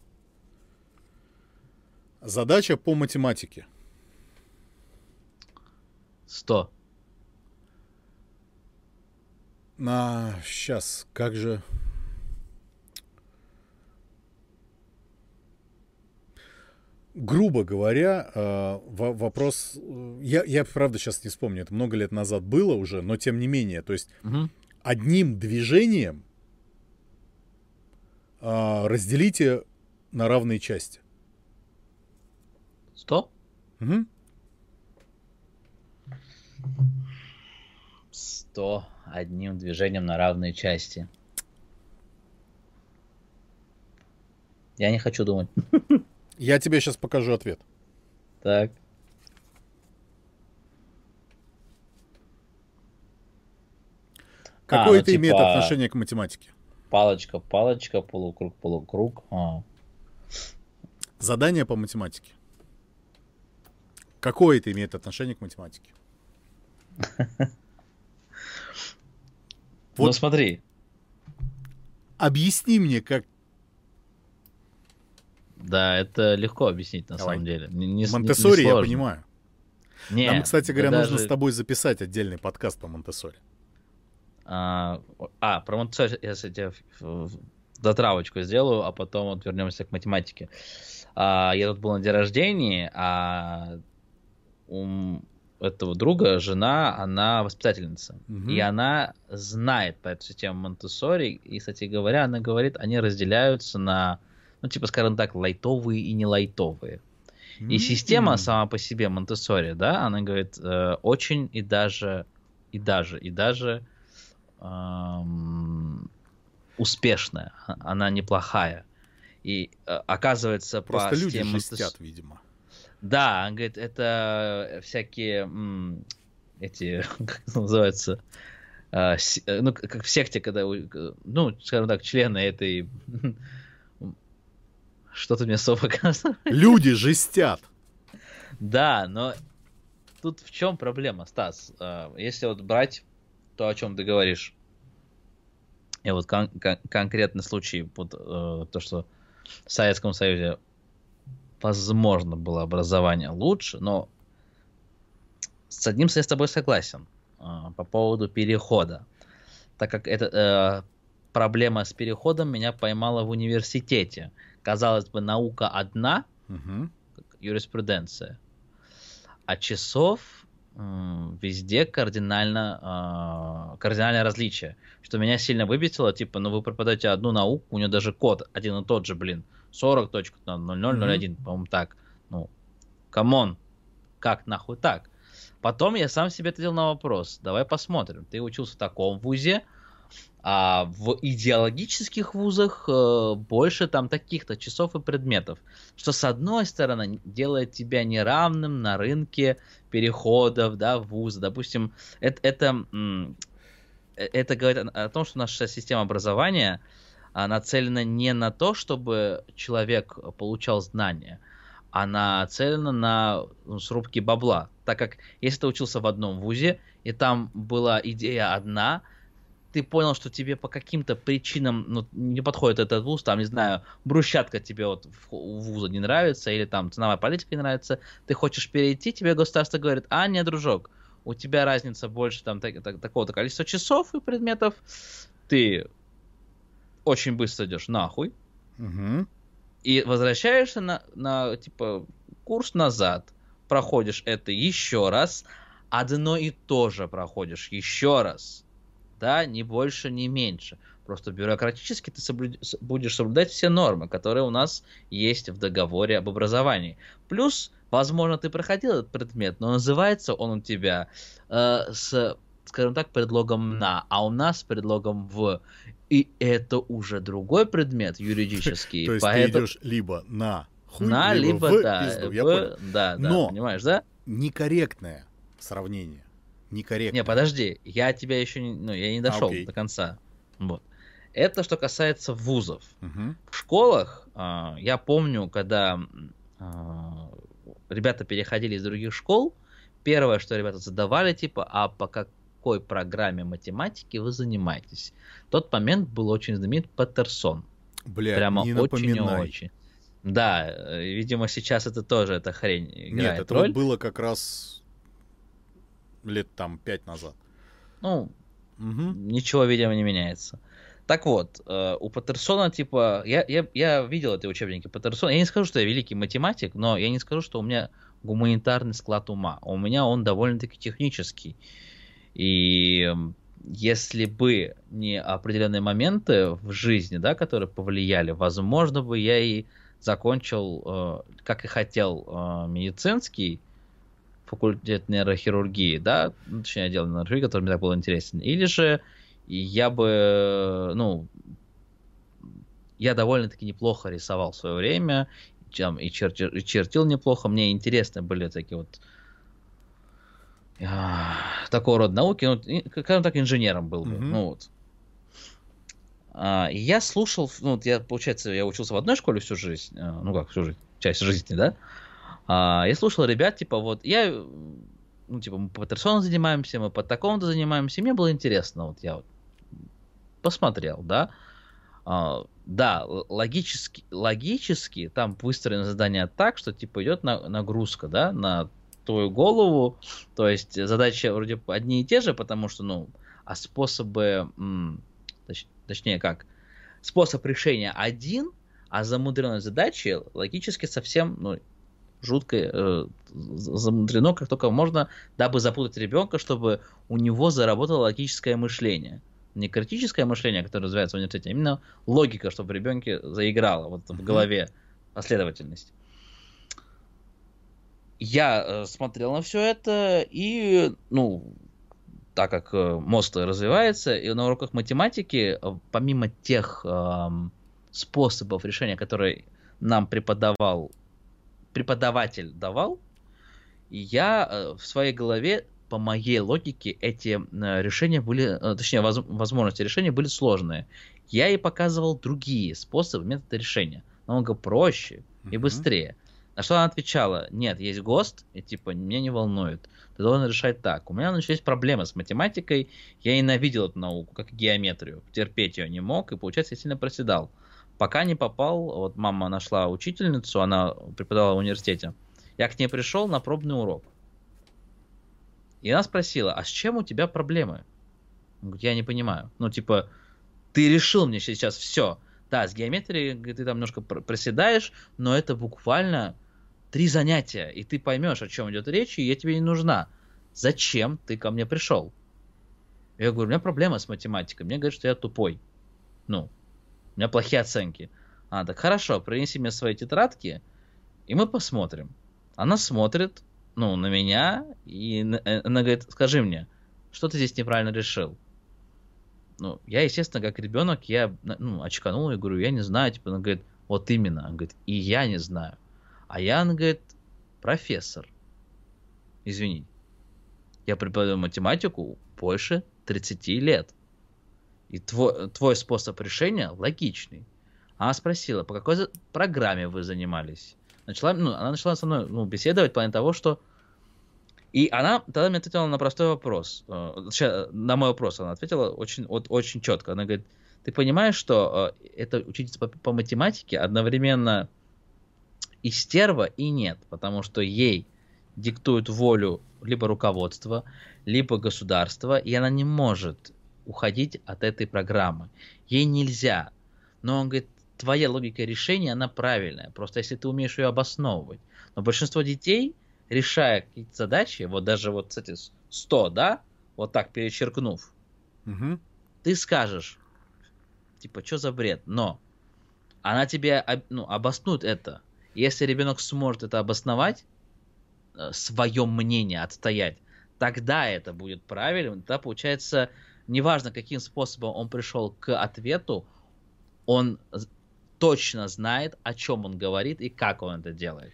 Задача по математике. Сто. На, сейчас, как же... Грубо говоря, э, вопрос... Я, я, правда, сейчас не вспомню, это много лет назад было уже, но тем не менее, то есть Угу. одним движением э, разделите на равные части. Сто? Угу. Сто одним движением на равные части. Я не хочу думать. Я тебе сейчас покажу ответ. Так. Какое А, это ну, имеет типа, отношение к математике? Палочка, палочка, полукруг, полукруг. А. Задание по математике. Какое это имеет отношение к математике? Ну Вот. смотри. Объясни мне, как... Да, это легко объяснить на Давай. самом деле. Не, не, с- не- Монтессори, не я сложно. понимаю. Не, Нам, кстати да говоря, нужно даже- с тобой записать отдельный подкаст по Монтессори. А, а, про Монтессори я с- я тебе в- в- дотравочку сделаю, а потом вот вернемся к математике. А, я тут был на день рождения, а у этого друга жена, она воспитательница. Мгм. И она знает про эту систему Монтессори. И, кстати говоря, она говорит, они разделяются на, ну, типа, скажем так, лайтовые и не лайтовые. И система М. сама по себе Монтессори, да, она говорит, э, очень и даже, и даже, и даже эм, успешная. А- Она неплохая. И э, оказывается, по Просто люди системе жестят, Монтес- видимо. Да, он говорит, это всякие м, эти, как это называется, э, с- э, ну, как в секте, когда, у- э, ну, скажем так, члены этой... Что ты мне слово показываешь? Люди жестят. Да, но тут в чем проблема, Стас? Э, Если вот брать то, о чем ты говоришь, и вот кон- кон- конкретный случай, вот, э, то, что в Советском Союзе возможно было образование лучше, но с одним я с тобой согласен э, по поводу перехода, так как это э, проблема с переходом меня поймала в университете. Казалось бы, наука одна, Мгм. как юриспруденция, а часов м, везде кардинально, э, кардинальное различие. Что меня сильно выбесило, типа, ну вы преподаете одну науку, у нее даже код один и тот же, блин, сорок точка ноль ноль ноль один, по-моему, так. Ну, камон, как нахуй так? Потом я сам себе ответил на вопрос. Давай посмотрим. Ты учился в таком вузе, а в идеологических вузах э, больше там таких-то часов и предметов. Что с одной стороны делает тебя неравным на рынке переходов, да, в вузы. Допустим, это, это, м, э, это говорит о, о том, что наша система образования а, нацелена не на то, чтобы человек получал знания, а нацелена на ну, срубки бабла. Так как если ты учился в одном вузе, и там была идея одна, ты понял, что тебе по каким-то причинам ну, не подходит этот вуз, там, не знаю, брусчатка тебе вот в, у вуза не нравится, или там ценовая политика не нравится, ты хочешь перейти, тебе государство говорит, а, нет, дружок, у тебя разница больше там так, так, такого-то количества часов и предметов, ты очень быстро идешь нахуй, Мгм. и возвращаешься на, на, типа, курс назад, проходишь это еще раз, одно и то же проходишь еще раз. Да, ни больше, ни меньше. Просто бюрократически ты соблюд... с- будешь соблюдать все нормы, которые у нас есть в договоре об образовании. Плюс, возможно, ты проходил этот предмет, но называется он у тебя э, с, скажем так, предлогом «на», а у нас с предлогом «в». И это уже другой предмет юридический. То есть поэтому... ты идешь либо на хуй, на, либо, либо, в да, пизду. Я в- понял. да, да, Но- понимаешь, да? некорректное сравнение. Некорректное. Не, подожди, я тебя еще не, ну, я не дошел а, до конца. Вот. Это что касается вузов. Угу. В школах, э, я помню, когда э, ребята переходили из других школ, первое, что ребята задавали, типа, а по какой программе математики вы занимаетесь? В тот момент был очень знаменит Петерсон. Бля, Прямо не очень напоминай. очень. Да, видимо, сейчас это тоже эта хрень играет Нет, это роль. вот было как раз лет там пять назад. Ну, угу. Ничего, видимо, не меняется. Так вот, э, у Петерсона, типа, я, я, я видел эти учебники Петерсона. Я не скажу, что я великий математик, но я не скажу, что у меня гуманитарный склад ума. У меня он довольно-таки технический. И если бы не определенные моменты в жизни, да, которые повлияли, возможно бы я и закончил, э, как и хотел, э, медицинский факультет нейрохирургии, да, точнее, отдел нейрохирургии, который мне так был интересен. Или же я бы, ну, я довольно-таки неплохо рисовал в свое время, там, и, чертил, и чертил неплохо. Мне интересны были такие вот а, такого рода науки. Ну, скажем так, инженером был бы. Mm-hmm. Ну вот. А, и я слушал, ну, я, получается, я учился в одной школе всю жизнь, ну как всю жизнь, часть жизни, да. А, я слушал ребят, типа, вот, я, ну, типа, мы по Петерсону занимаемся, мы по такому-то занимаемся, и мне было интересно, вот я вот посмотрел, да. Uh, да, логически, логически там выстроено задание так, что типа идет на, нагрузка, да, на твою голову. То есть задачи вроде одни и те же, потому что, ну, а способы, м, точ, точнее как, способ решения один, а замудренные задачи логически совсем, ну, жутко э, замудрено, как только можно, дабы запутать ребенка, чтобы у него заработало логическое мышление. Не критическое мышление, которое развивается в университете, а именно логика, чтобы в ребенке заиграла вот в голове последовательность. Я э, смотрел на все это, и, ну, так как э, мозг развивается, и на уроках математики, э, помимо тех э, способов решения, которые нам преподавал, преподаватель давал, я э, в своей голове, по моей логике, эти э, решения были, э, точнее, воз, возможности решения были сложные. Я ей показывал другие способы, методы решения, намного проще и быстрее. На что она отвечала: нет, есть ГОСТ, и типа, меня не волнует, ты должен решать так. У меня начались проблемы с математикой, я ненавидел эту науку, как и геометрию, терпеть ее не мог, и, получается, я сильно проседал. Пока не попал, вот мама нашла учительницу, она преподавала в университете, я к ней пришел на пробный урок. И она спросила: а с чем у тебя проблемы? Он говорит: я не понимаю. Ну, типа, ты решил мне сейчас все. Да, с геометрией ты там немножко проседаешь, но это буквально три занятия, и ты поймешь, о чем идет речь, и я тебе не нужна. Зачем ты ко мне пришел? Я говорю: у меня проблема с математикой. Мне говорят, что я тупой. Ну, у меня плохие оценки. Она так: хорошо, принеси мне свои тетрадки, и мы посмотрим. Она смотрит, ну, на меня, и она говорит: скажи мне, что ты здесь неправильно решил? Ну, я, естественно, как ребенок, я, ну, очканул и говорю: я не знаю. Типа, она говорит: вот именно. Она говорит: и я не знаю. А я, она говорит: профессор. Извини. Я преподаю математику больше тридцати лет. И твой, твой способ решения логичный. Она спросила: по какой программе вы занимались? Начала, ну, она начала со мной, ну, беседовать в плане того, что... И она тогда мне ответила на простой вопрос. На мой вопрос она ответила очень, вот, очень четко. Она говорит: ты понимаешь, что эта учительница по, по математике одновременно и стерва, и нет, потому что ей диктуют волю либо руководство, либо государство, и она не может уходить от этой программы. Ей нельзя. Но он говорит: твоя логика решения, она правильная, просто если ты умеешь ее обосновывать. Но большинство детей, решая какие-то задачи, вот даже вот, кстати, сто, да, вот так перечеркнув, угу. ты скажешь, типа, что за бред, но она тебе, ну, обоснует это. Если ребенок сможет это обосновать, свое мнение отстоять, тогда это будет правильно. Тогда, получается, неважно, каким способом он пришел к ответу, он точно знает, о чем он говорит и как он это делает.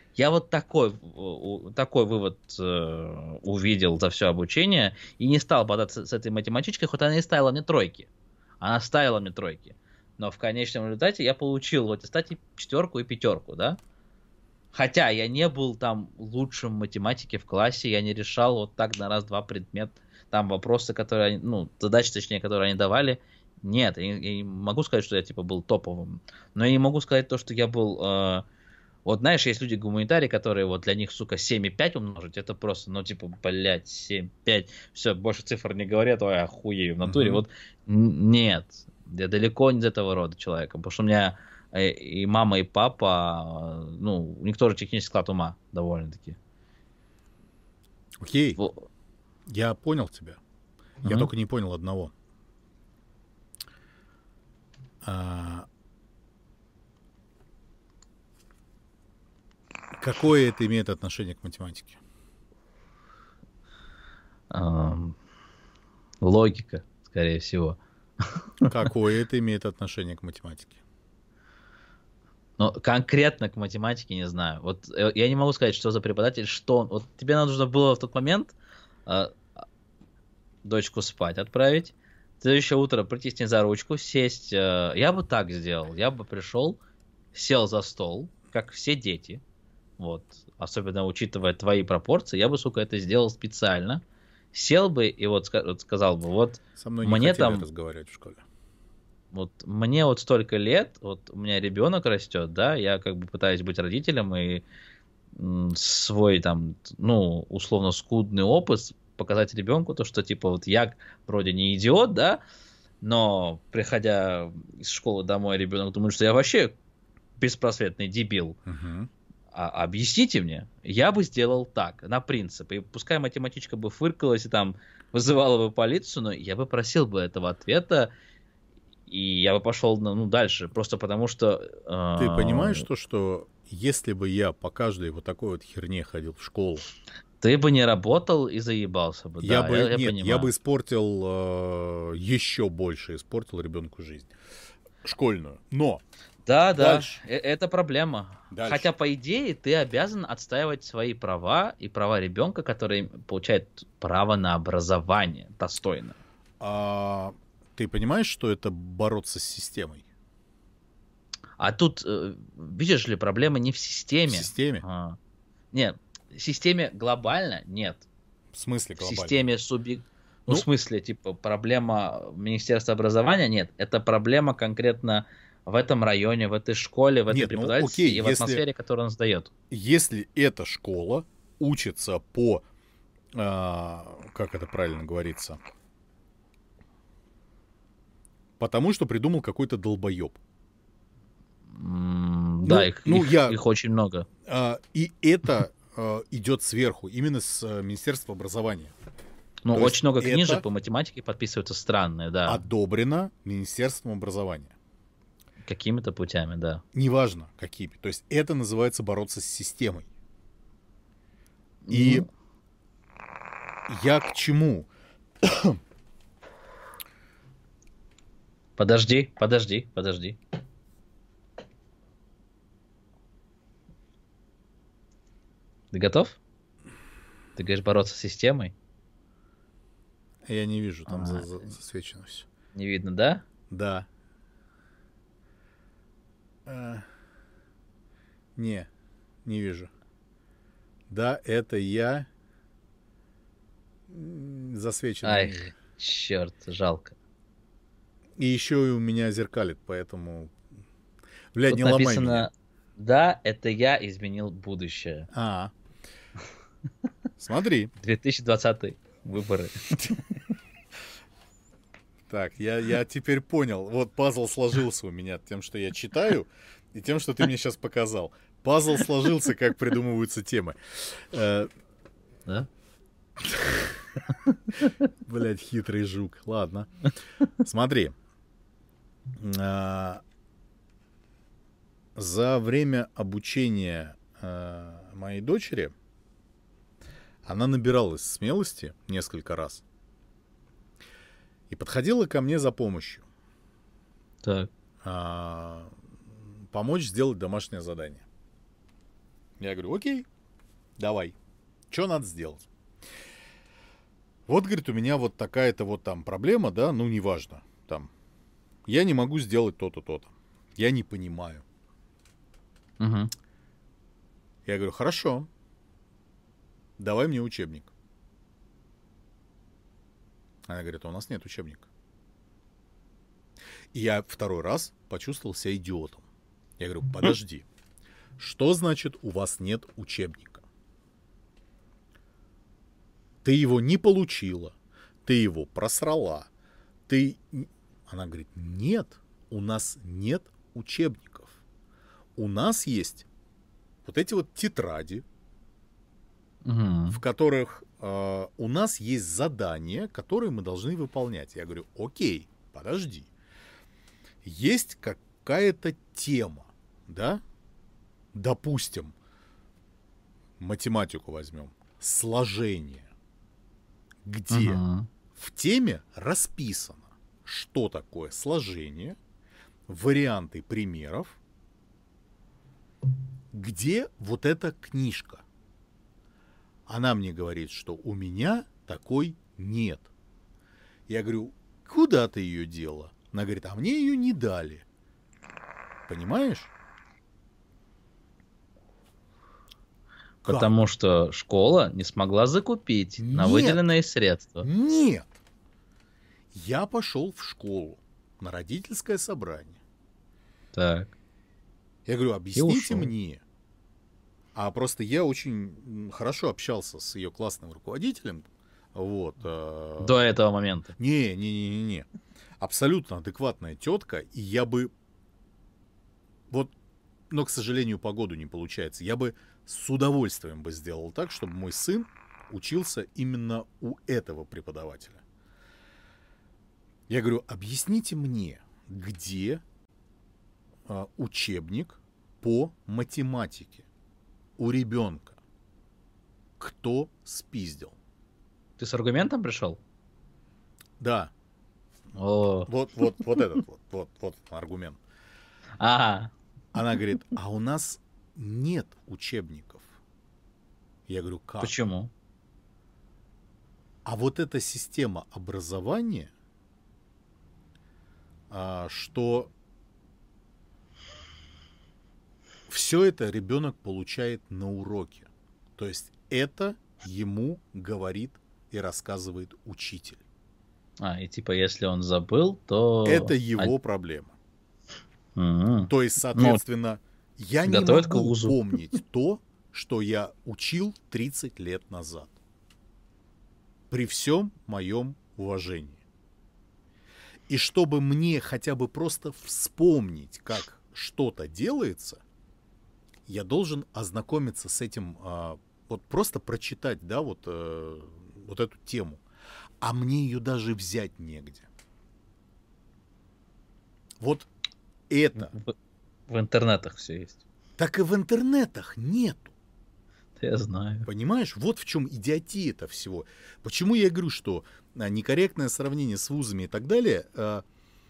Я вот такой, такой вывод э, увидел за все обучение и не стал бодаться с этой математичкой, хоть она и ставила мне тройки. Она ставила мне тройки. Но в конечном результате я получил в аттестате четверку и пятерку, да? Хотя я не был там лучшим в математике в классе, я не решал вот так на раз-два предмет, там вопросы, которые, они, ну, задачи, точнее, которые они давали. Нет, я, я не могу сказать, что я, типа, был топовым. Но я не могу сказать то, что я был... Э, вот, знаешь, есть люди-гуманитарии, которые вот для них, сука, семь и пять умножить, это просто, ну, типа, блядь, семь, пять, все, больше цифр не говорят, ой, охуею в натуре. Mm-hmm. Вот нет, я далеко не из этого рода человека, потому что у меня и мама, и папа, ну, у них тоже технический склад ума довольно-таки. Окей, okay. Я понял тебя. Я mm-hmm. только не понял одного. А... Какое это имеет отношение к математике? Um, логика, скорее всего. Какое это имеет отношение к математике? Ну, конкретно к математике не знаю. Вот я не могу сказать, что за преподаватель, что он... Вот тебе нужно было в тот момент э, дочку спать отправить, следующее утро прийти с ней за ручку, сесть. Э, я бы так сделал. Я бы пришел, сел за стол, как все дети. Вот. Особенно учитывая твои пропорции, я бы, сука, это сделал специально. Сел бы и вот, вот сказал бы, вот со мной не мне хотели там... разговаривать в школе. Вот мне вот столько лет, вот у меня ребенок растет, да, я как бы пытаюсь быть родителем и м, свой там, ну, условно скудный опыт показать ребенку, то, что типа вот я вроде не идиот, да, но приходя из школы домой, ребенок думает, что я вообще беспросветный дебил. Uh-huh. А, объясните мне, я бы сделал так, на принцип, и пускай математичка бы фыркалась и там вызывала бы полицию, но я бы просил бы этого ответа. И я бы пошел ну, дальше, просто потому что... Э... Ты понимаешь то, что если бы я по каждой вот такой вот херне ходил в школу... Ты бы не работал и заебался бы, я да, бы, я, я нет, понимаю. Я бы испортил, э, еще больше испортил ребенку жизнь. Школьную. Но... Да, дальше. да, это проблема. Дальше. Хотя, по идее, ты обязан отстаивать свои права и права ребенка, который получает право на образование достойно. А... Ты понимаешь, что это бороться с системой? А тут, видишь ли, проблема не в системе. В системе? А, нет, в системе глобально нет. В смысле глобально? В системе субъект... Ну, ну, в смысле, типа, проблема Министерства образования нет. Это проблема конкретно в этом районе, в этой школе, в этой нет, преподавательстве ну, окей, и в если, атмосфере, которую он сдает. Если эта школа учится по... А, как это правильно говорится? Потому что придумал какой-то долбоеб. Mm, ну, да, их, ну, их, я, их очень много. А, и это а, идет сверху, именно с а, Министерства образования. Ну, То очень много книжек по математике подписываются странные, да. Одобрено Министерством образования. Какими-то путями, да. Неважно, какими. То есть это называется бороться с системой. И mm. я к чему? Подожди, подожди, подожди. Ты готов? Ты говоришь бороться с системой? Я не вижу, там а, за, засвечено все. Не видно, да? Да. А, не, не вижу. Да, это я. Засвечено. Ай, черт, жалко. И еще и у меня зеркалит, поэтому... Блядь, Тут не ломай написано, меня. Да, это я изменил будущее. А, смотри. две тысячи двадцатый выборы. Так, я, я теперь понял. Вот пазл сложился у меня тем, что я читаю, и тем, что ты мне сейчас показал. Пазл сложился, как придумываются темы. Да? Блядь, хитрый жук. Ладно. Смотри. За время обучения моей дочери она набиралась смелости несколько раз и подходила ко мне за помощью. Так. Помочь сделать домашнее задание. Я говорю, окей, давай. Что надо сделать? Вот, говорит, у меня вот такая-то вот там проблема, да, ну, неважно, там. Я не могу сделать то-то, то-то. Я не понимаю. Угу. Я говорю, хорошо, давай мне учебник. Она говорит, а у нас нет учебника. И я второй раз почувствовал себя идиотом. Я говорю, подожди, что значит у вас нет учебника? Ты его не получила, ты его просрала, ты... Она говорит, нет, у нас нет учебников. У нас есть вот эти вот тетради, Угу. в которых э, у нас есть задания, которые мы должны выполнять. Я говорю, окей, подожди. Есть какая-то тема, да? Допустим, математику возьмем, сложение, где Угу. в теме расписано, что такое сложение, варианты примеров, где вот эта книжка. Она мне говорит, что у меня такой нет. Я говорю, куда ты ее дела? Она говорит, а мне ее не дали. Понимаешь? Потому Как? что школа не смогла закупить на Нет. выделенные средства. Нет. Я пошел в школу на родительское собрание. Так. Я говорю, И объясните ушел. мне. А просто я очень хорошо общался с ее классным руководителем. Вот. э, До этого момента. Не, не, не, не, не. Абсолютно адекватная тетка, и я бы вот, но, к сожалению, погоду не получается. Я бы с удовольствием бы сделал так, чтобы мой сын учился именно у этого преподавателя. Я говорю, объясните мне, где а, учебник по математике у ребенка? Кто спиздил? Ты с аргументом пришел? Да, О, вот, вот, вот этот вот, вот, вот аргумент. ага. Она говорит, а у нас нет учебников. Я говорю, как? Почему? А вот эта система образования, а, что все это ребенок получает на уроке. То есть это ему говорит и рассказывает учитель. А, и типа, если он забыл, то... Это его проблема. Мгм. То есть, соответственно, я не готовят к могу вузу. помнить то, что я учил тридцать лет назад. При всем моем уважении. И чтобы мне хотя бы просто вспомнить, как что-то делается, я должен ознакомиться с этим, а, вот просто прочитать, да, вот, а, вот эту тему. А мне ее даже взять негде. Вот это. В, в интернетах все есть. Так и в интернетах нету. Я знаю. Понимаешь, вот в чем идиотия это всего. Почему я говорю, что а, некорректное сравнение с вузами и так далее, а,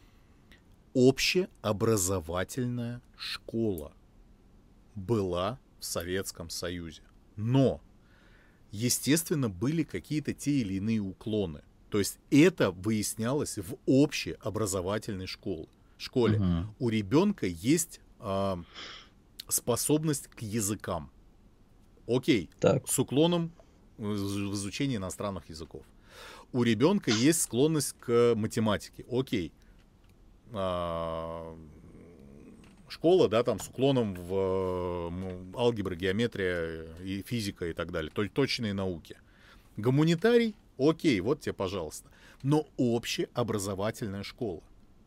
общеобразовательная школа была в Советском Союзе. Но, естественно, были какие-то те или иные уклоны. То есть это выяснялось в общеобразовательной школе. школе. Мгм. У ребенка есть а, способность к языкам. Окей, Так. с уклоном в изучении иностранных языков. У ребенка есть склонность к математике. Окей. А, школа, да, там с уклоном в м, алгебра, геометрия и физика и так далее. То есть точные науки. Гуманитарий, окей, вот тебе, пожалуйста. Но общеобразовательная школа.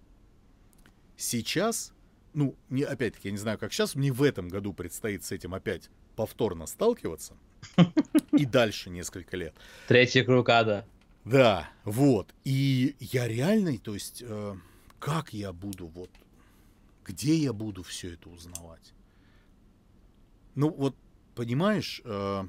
Сейчас, ну, не, опять-таки, я не знаю, как сейчас, мне в этом году предстоит с этим опять повторно сталкиваться. И дальше несколько лет. Третий круг ада. Да, вот. И я реально, то есть, э, как я буду вот, где я буду все это узнавать? Ну, вот, понимаешь, э,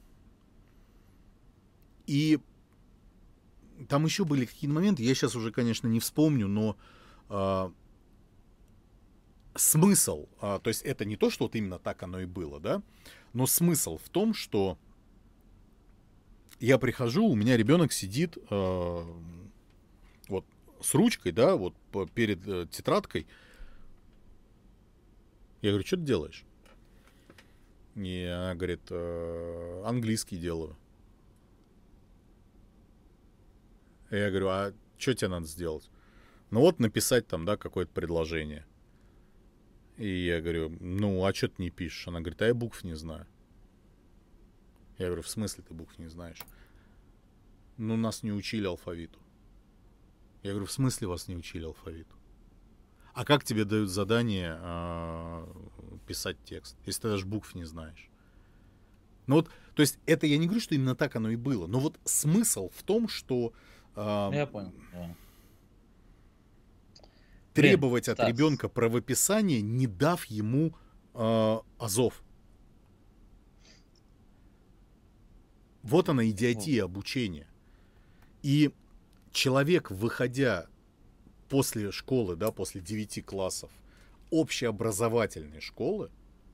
и там еще были какие-то моменты, я сейчас уже, конечно, не вспомню, но э, смысл, а, то есть это не то, что вот именно так оно и было, да, но смысл в том, что я прихожу, у меня ребенок сидит э, вот с ручкой, да, вот перед э, тетрадкой. Я говорю, что ты делаешь? И она говорит, э, английский делаю. И я говорю, а что тебе надо сделать? Ну вот написать там, да, какое-то предложение. И я говорю, ну, а что ты не пишешь? Она говорит, а я букв не знаю. Я говорю, в смысле ты букв не знаешь? Ну, нас не учили алфавиту. Я говорю, в смысле вас не учили алфавиту? А как тебе дают задание э, писать текст, если ты даже букв не знаешь? Ну вот, то есть это я не говорю, что именно так оно и было, но вот смысл в том, что э, Я понял. Да. требовать Блин, от Стас. ребенка правописания, не дав ему э, азов. Вот она идиотия обучения. И человек, выходя после школы, да, после девяти классов общеобразовательной школы,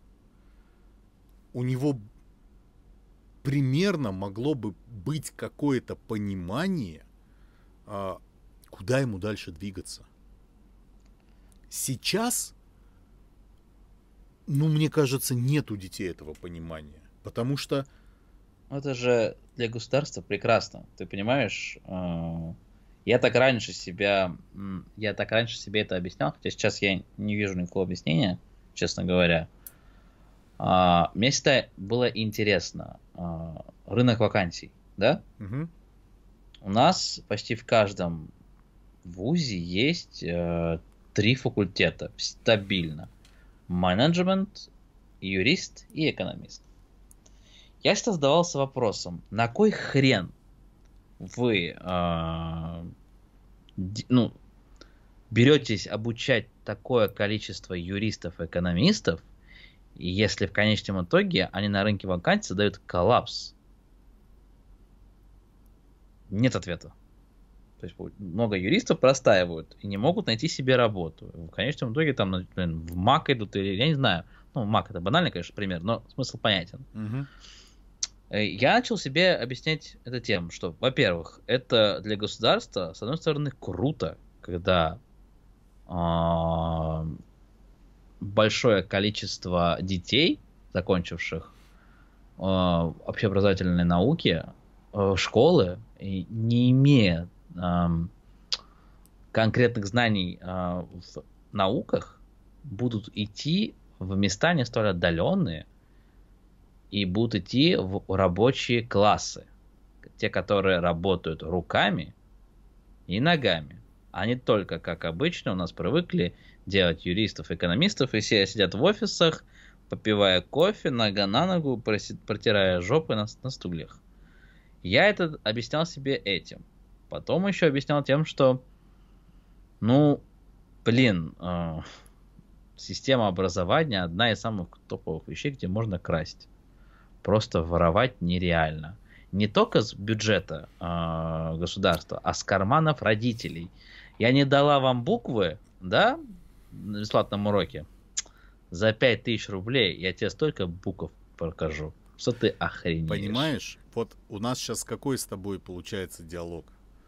у него примерно могло бы быть какое-то понимание, а, куда ему дальше двигаться. Сейчас, ну, мне кажется, нет у детей этого понимания. Потому что... Это же для государства прекрасно. Ты понимаешь? Я так раньше себя... Я так раньше себе это объяснял, хотя сейчас я не вижу никакого объяснения, честно говоря. Мне всегда было интересно. Рынок вакансий, да? Угу. У нас почти в каждом вузе есть э, три факультета стабильно. Менеджмент, юрист и экономист. Я всегда задавался вопросом, на кой хрен вы э, д, ну, беретесь обучать такое количество юристов и экономистов, если в конечном итоге они на рынке вакансий дают коллапс? Нет ответа. То есть много юристов простаивают и не могут найти себе работу. В конечном итоге там, блин, в МАК идут или я не знаю. Ну, МАК это банальный, конечно, пример, но смысл понятен. Угу. Я начал себе объяснять это тем, что, во-первых, это для государства, с одной стороны, круто, когда э, большое количество детей, закончивших э, общеобразовательные науки, э, школы, и не имея э, конкретных знаний э, в науках, будут идти в места не столь отдаленные и будут идти в рабочие классы. Те, которые работают руками и ногами, а не только, как обычно, у нас привыкли делать юристов, экономистов, и все сидят в офисах, попивая кофе, нога на ногу, протирая жопы на, на стульях. Я это объяснял себе этим. Потом еще объяснял тем, что, ну, блин, э, система образования одна из самых топовых вещей, где можно красть. Просто воровать нереально. Не только с бюджета э, государства, а с карманов родителей. Я не дала вам буквы, да, на бесплатном уроке. За пять тысяч рублей я тебе столько букв покажу, что ты охренеешь. Понимаешь, вот у нас сейчас какой с тобой получается диалог?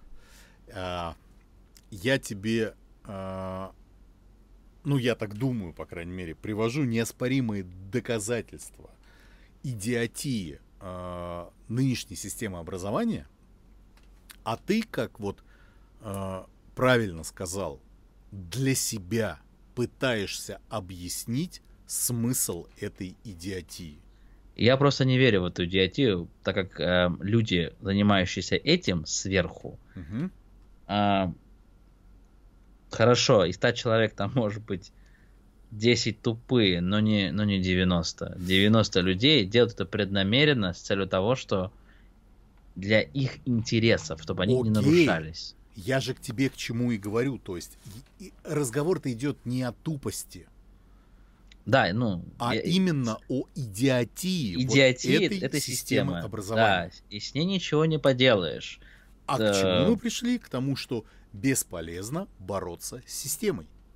А, я тебе, а, ну я так думаю, по крайней мере, привожу неоспоримые доказательства идиотии э, нынешней системы образования, а ты, как вот э, правильно сказал, для себя пытаешься объяснить смысл этой идиотии. Я просто не верю в эту идиотию, так как э, люди, занимающиеся этим сверху, угу. э, хорошо, из ста человек там может быть десять тупые, но не, но не девяносто. девяносто людей делают это преднамеренно с целью того, что для их интересов, чтобы они Окей. не нарушались. Я же к тебе к чему и говорю. То есть разговор-то идет не о тупости, да, ну, а я, именно о идиотии, идиотии вот этой, этой системы, системы образования. Да, и с ней ничего не поделаешь. А да. к чему мы пришли? К тому, что бесполезно бороться с системой.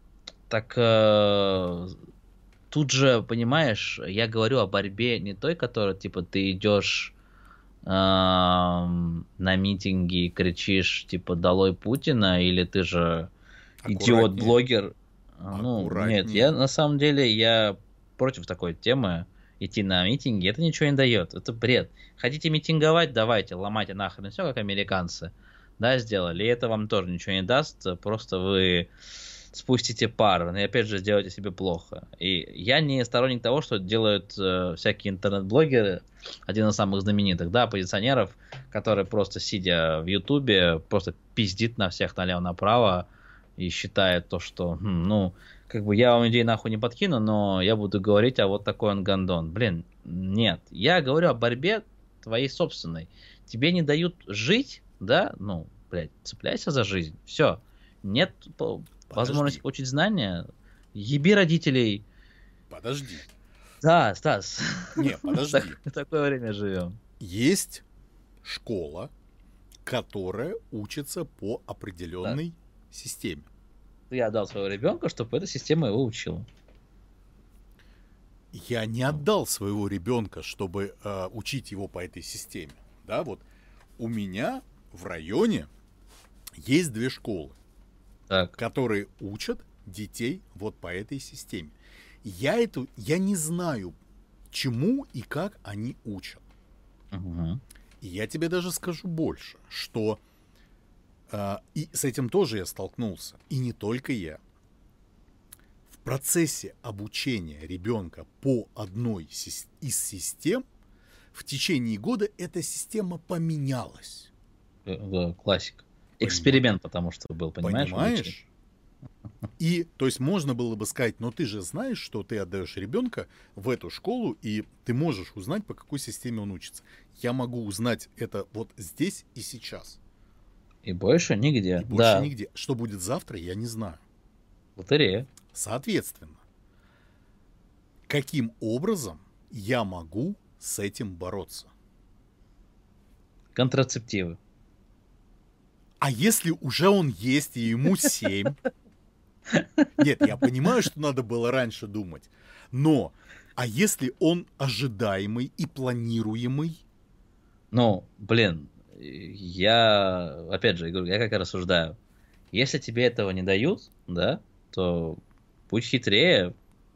Так э, тут же, понимаешь, я говорю о борьбе не той, которая, типа, ты идешь э, на митинги и кричишь, типа, долой Путина, или ты же Аккуратнее. идиот-блогер. Ну, нет, я Аккуратнее. на самом деле, я против такой темы. Идти на митинги, это ничего не дает, это бред. Хотите митинговать, давайте, ломайте нахрен все, как американцы. Да, сделали, и это вам тоже ничего не даст, просто вы спустите пар, и опять же сделаете себе плохо. И я не сторонник того, что делают э, всякие интернет-блогеры, один из самых знаменитых, да, оппозиционеров, который просто сидя в Ютубе, просто пиздит на всех налево-направо и считает то, что, хм, ну, как бы я вам идей нахуй не подкину, но я буду говорить, а вот такой он гондон. Блин, нет, я говорю о борьбе твоей собственной. Тебе не дают жить, да, ну, блядь, цепляйся за жизнь, все. Нет возможность Подожди. получить знания, еби родителей. Подожди. Да, Стас, Не, подожди. в такое время живем. Есть школа, которая учится по Да. определенной системе. Ты отдал своего ребенка, чтобы эта система его учила. Я не отдал своего ребенка, чтобы э, учить его по этой системе. Да, вот у меня в районе есть две школы, Так, которые учат детей вот по этой системе. Я эту, я не знаю, чему и как они учат. угу. И я тебе даже скажу больше, что э, и с этим тоже я столкнулся, и не только я. В процессе обучения ребенка по одной сис- из систем в течение года эта система поменялась. Да, классика. Понима- Эксперимент, потому что был, понимаешь? обучение. Понимаешь? И, то есть, можно было бы сказать, но ты же знаешь, что ты отдаешь ребенка в эту школу, и ты можешь узнать, по какой системе он учится. Я могу узнать это вот здесь и сейчас. И больше нигде. И больше Да, нигде. Что будет завтра, я не знаю. лотерея. Соответственно, каким образом я могу с этим бороться? Контрацептивы. А если уже он есть, и ему семь? Нет, я понимаю, что надо было раньше думать. Но, а если он ожидаемый и планируемый? Ну, блин, я, опять же, говорю, я как рассуждаю. Если тебе этого не дают, да, то будь хитрее,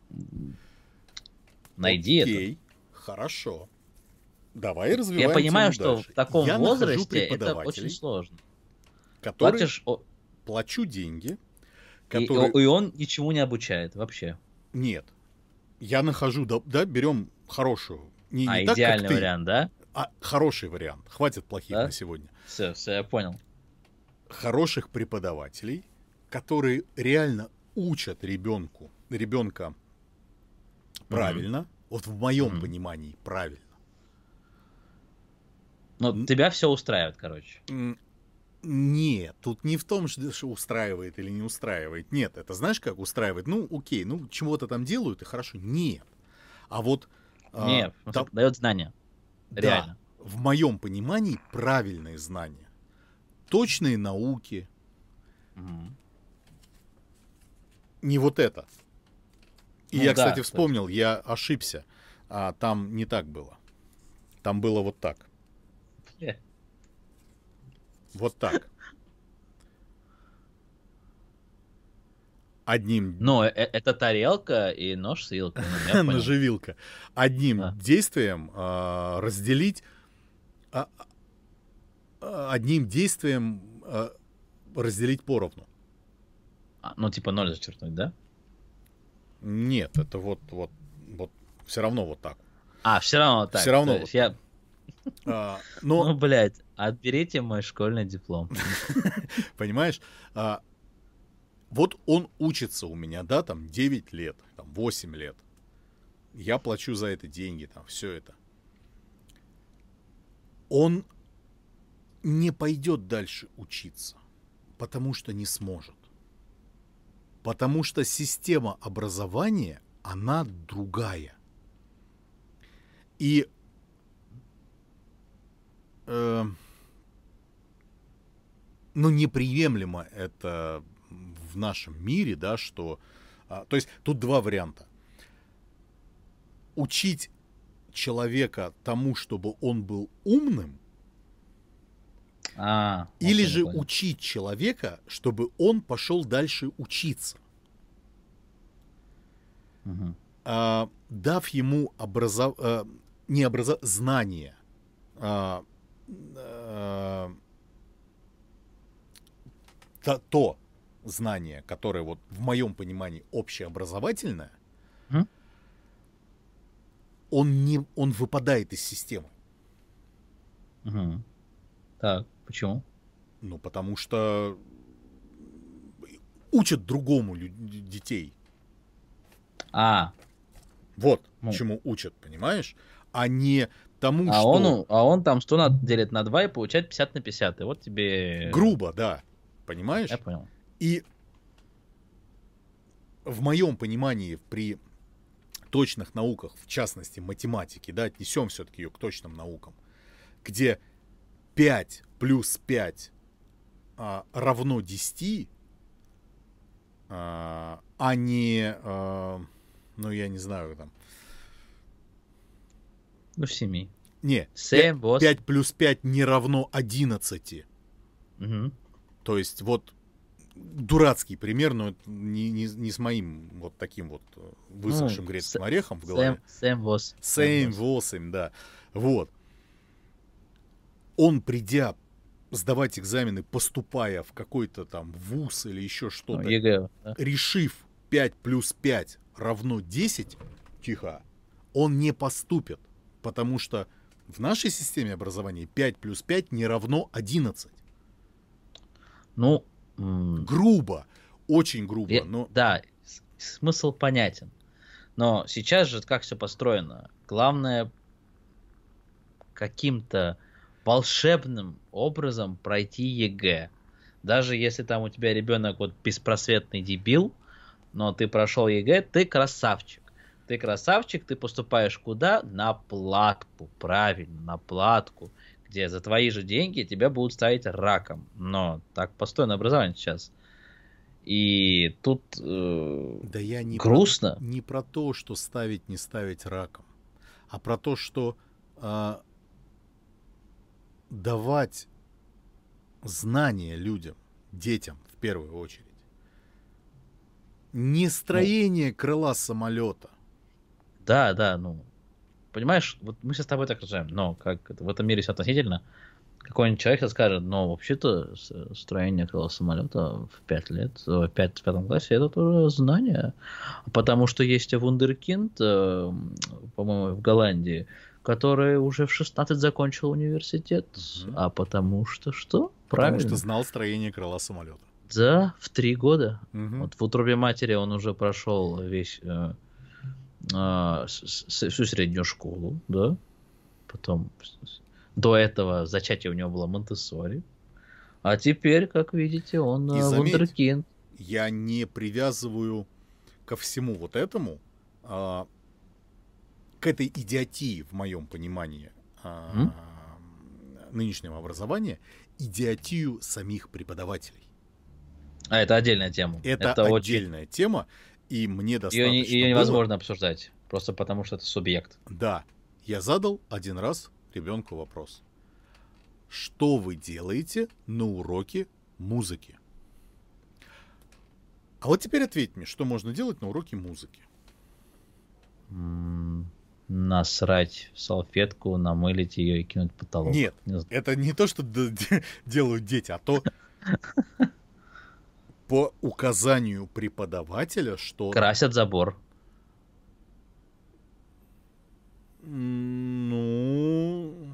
найди это. Окей, хорошо. Давай развиваем Я понимаю, тему что дальше. в таком Я нахожу возрасте это очень преподавателей, сложно. которые Платишь, о- плачу деньги, и, которые... и он ничему не обучает вообще. Нет. Я нахожу, да, да, берем хорошую. Не, А не так, как идеальный ты, вариант, да? а хороший вариант. Хватит плохих Да? на сегодня. Все, все, я понял. Хороших преподавателей, которые реально учат ребенку, ребенка правильно, вот в моем Мгм. понимании правильно. Ну, Н- тебя все устраивает, короче. М, Нет, тут не в том, что что устраивает или не устраивает. Нет, это знаешь, как устраивает? Ну, окей, ну, чего-то там делают, и хорошо. Нет. А вот... а, Не, в смысле, да, дает знания. да, Реально. в моем понимании правильные знания. Точные науки. Мгм. Не вот это. И Ну я, да, кстати, кстати. вспомнил, я ошибся. А там не так было. Там было вот так. Бля. Вот так. Одним... Ну, э- э- это тарелка и нож с вилкой. Ну, я понял. Ножевилка. Одним Да. действием а, разделить... а, а, одним действием а, разделить поровну. А, ну, типа ноль зачеркнуть, да? Нет, это вот, вот, вот, все равно вот так. А, все равно так. Всё равно То есть я... А, Ну, но, блядь, отберите мой школьный диплом. понимаешь, а, вот он учится у меня, да, там девять лет, там восемь лет. Я плачу за это деньги, там все это. Он не пойдет дальше учиться, потому что не сможет. Потому что система образования, она другая. И э, ну, неприемлемо это в нашем мире, да, что А, то есть тут два варианта. Учить человека тому, чтобы он был умным, А, или окей, же понял. учить человека, чтобы он пошел дальше учиться, Мгм. а, дав ему образов... а, не образов... знания, а, а, то, то знание, которое вот в моем понимании общеобразовательное, Мгм. он, не, он выпадает из системы. Мгм. Так, почему? Ну, потому что учат другому лю- детей. А, Вот ну, чему учат, понимаешь? А не тому, а что... он, у- а он там сто на, делит на два и получает пятьдесят на пятьдесят. И вот тебе... Грубо, да. Я Понимаешь? понял. И в моем понимании при точных науках, в частности математике, да, отнесем все-таки ее к точным наукам, где пять плюс пять а, равно десяти, а, а не, а, ну я не знаю, там, Ну, в семи. не, Семь, восемь. пять плюс пять не равно одиннадцати. Мгм. То есть вот дурацкий пример, но это не, не, не с моим вот таким вот высохшим Ну, грецким с- орехом в голове. Семь, семь, восемь. семь, восемь, да. Вот. Он, придя сдавать экзамены, поступая в какой-то там вуз или еще Ну, что-то, ЕГЭ. Да? решив пять плюс пять равно десять, тихо, он не поступит. Потому что в нашей системе образования пять плюс пять не равно одиннадцать. Ну, м, Грубо, очень грубо, я- но... да, с- смысл понятен. Но сейчас же как все построено? Главное каким-то волшебным образом пройти ЕГЭ. Даже если там у тебя ребенок вот беспросветный дебил, но ты прошел ЕГЭ, ты красавчик. Ты красавчик, ты поступаешь куда? На платку, правильно, на платку, где за твои же деньги тебя будут ставить раком. Но так построено образование сейчас. И тут э, Да я не грустно. Про, не про то, что ставить, не ставить раком, а про то, что а, давать знания людям, детям в первую очередь. Не строение крыла самолета. Да, да, ну, понимаешь, вот мы сейчас с тобой так решаем, но как это, в этом мире все относительно. Какой-нибудь человек сейчас скажет, но вообще-то с- строение крыла самолета в пять лет, в пять, в пятом классе это тоже знание. Потому что есть вундеркинд, э, по-моему, в Голландии, который уже в шестнадцать закончил университет. Мгм. А потому что что? Потому Правильно. что знал строение крыла самолета. Да, в три года. Мгм. Вот в утробе матери он уже прошел весь э, э, с- с- всю среднюю школу, да. Потом с- с- до этого зачатие у него было Монтессори. А теперь, как видите, он И э, заметь, вундеркинд. Я не привязываю ко всему вот этому, а, к этой идиотии, в моем понимании, а, М? нынешнего образования, идиотию самих преподавателей. А это отдельная тема. Это, Это очень... отдельная тема, и мне Ее, достаточно не- ее было- невозможно обсуждать. Просто потому что это субъект. Да, я задал один раз ребенку вопрос. Что вы делаете на уроке музыки? А вот теперь ответь мне, что можно делать на уроке музыки? М, Насрать в салфетку, намылить ее и кинуть в потолок. Нет, Не знаю. это не то, что д- де- делают дети, а то по указанию преподавателя, что... Красят забор. М, Ну...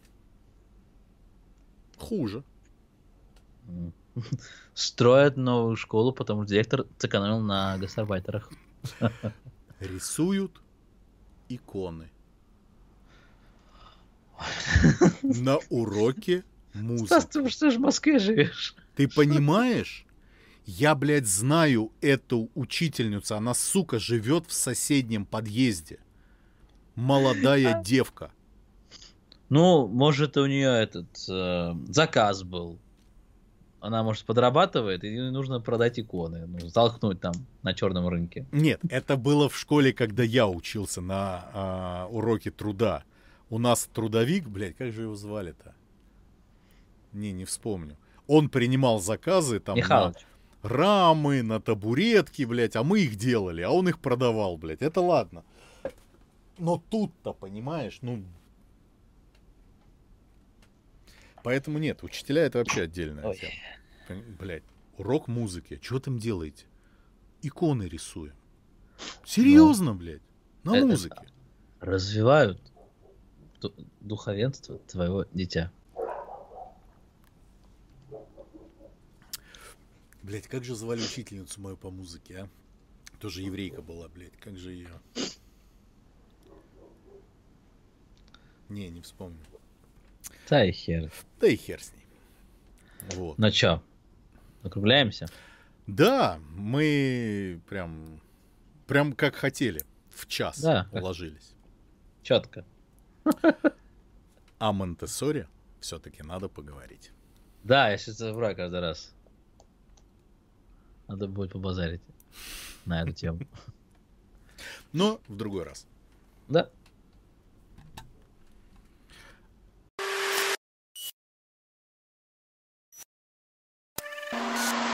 Хуже. М. Строят новую школу, потому что директор сэкономил на гастарбайтерах. Рисуют иконы. На уроке музыки. Стас, ты что ж в Москве живешь? Ты понимаешь? Я, блядь, знаю эту учительницу. Она, сука, живет в соседнем подъезде. Молодая девка. Ну, может, у нее этот э, заказ был. она, может, подрабатывает, и нужно продать иконы, ну, залкнуть там на черном рынке. Нет, это было в школе, когда я учился на а, уроке труда. У нас трудовик, блядь, как же его звали-то? Не, не вспомню. Он принимал заказы там Михалыч. на рамы, на табуретки, блядь, а мы их делали, а он их продавал, блядь. Это ладно. Но тут-то, понимаешь, ну... Поэтому нет, учителя это вообще отдельная Ой. тема. Пон- Блядь, урок музыки. Что там делаете? Иконы рисуем. Серьезно, блядь? На Это- музыке. Развивают ду- духовенство твоего дитя. Блядь, как же звали учительницу мою по музыке, а? Тоже еврейка была, блядь. Как же ее? Не, не вспомню. Да и хер. Да и хер с ней. Вот. Ну чё, округляемся? Да, мы прям, прям как хотели. В час Да. уложились. Четко. О Монтессоре все-таки надо поговорить. Да, я сейчас забываю каждый раз. Надо будет побазарить на эту тему. Но в другой раз. Да.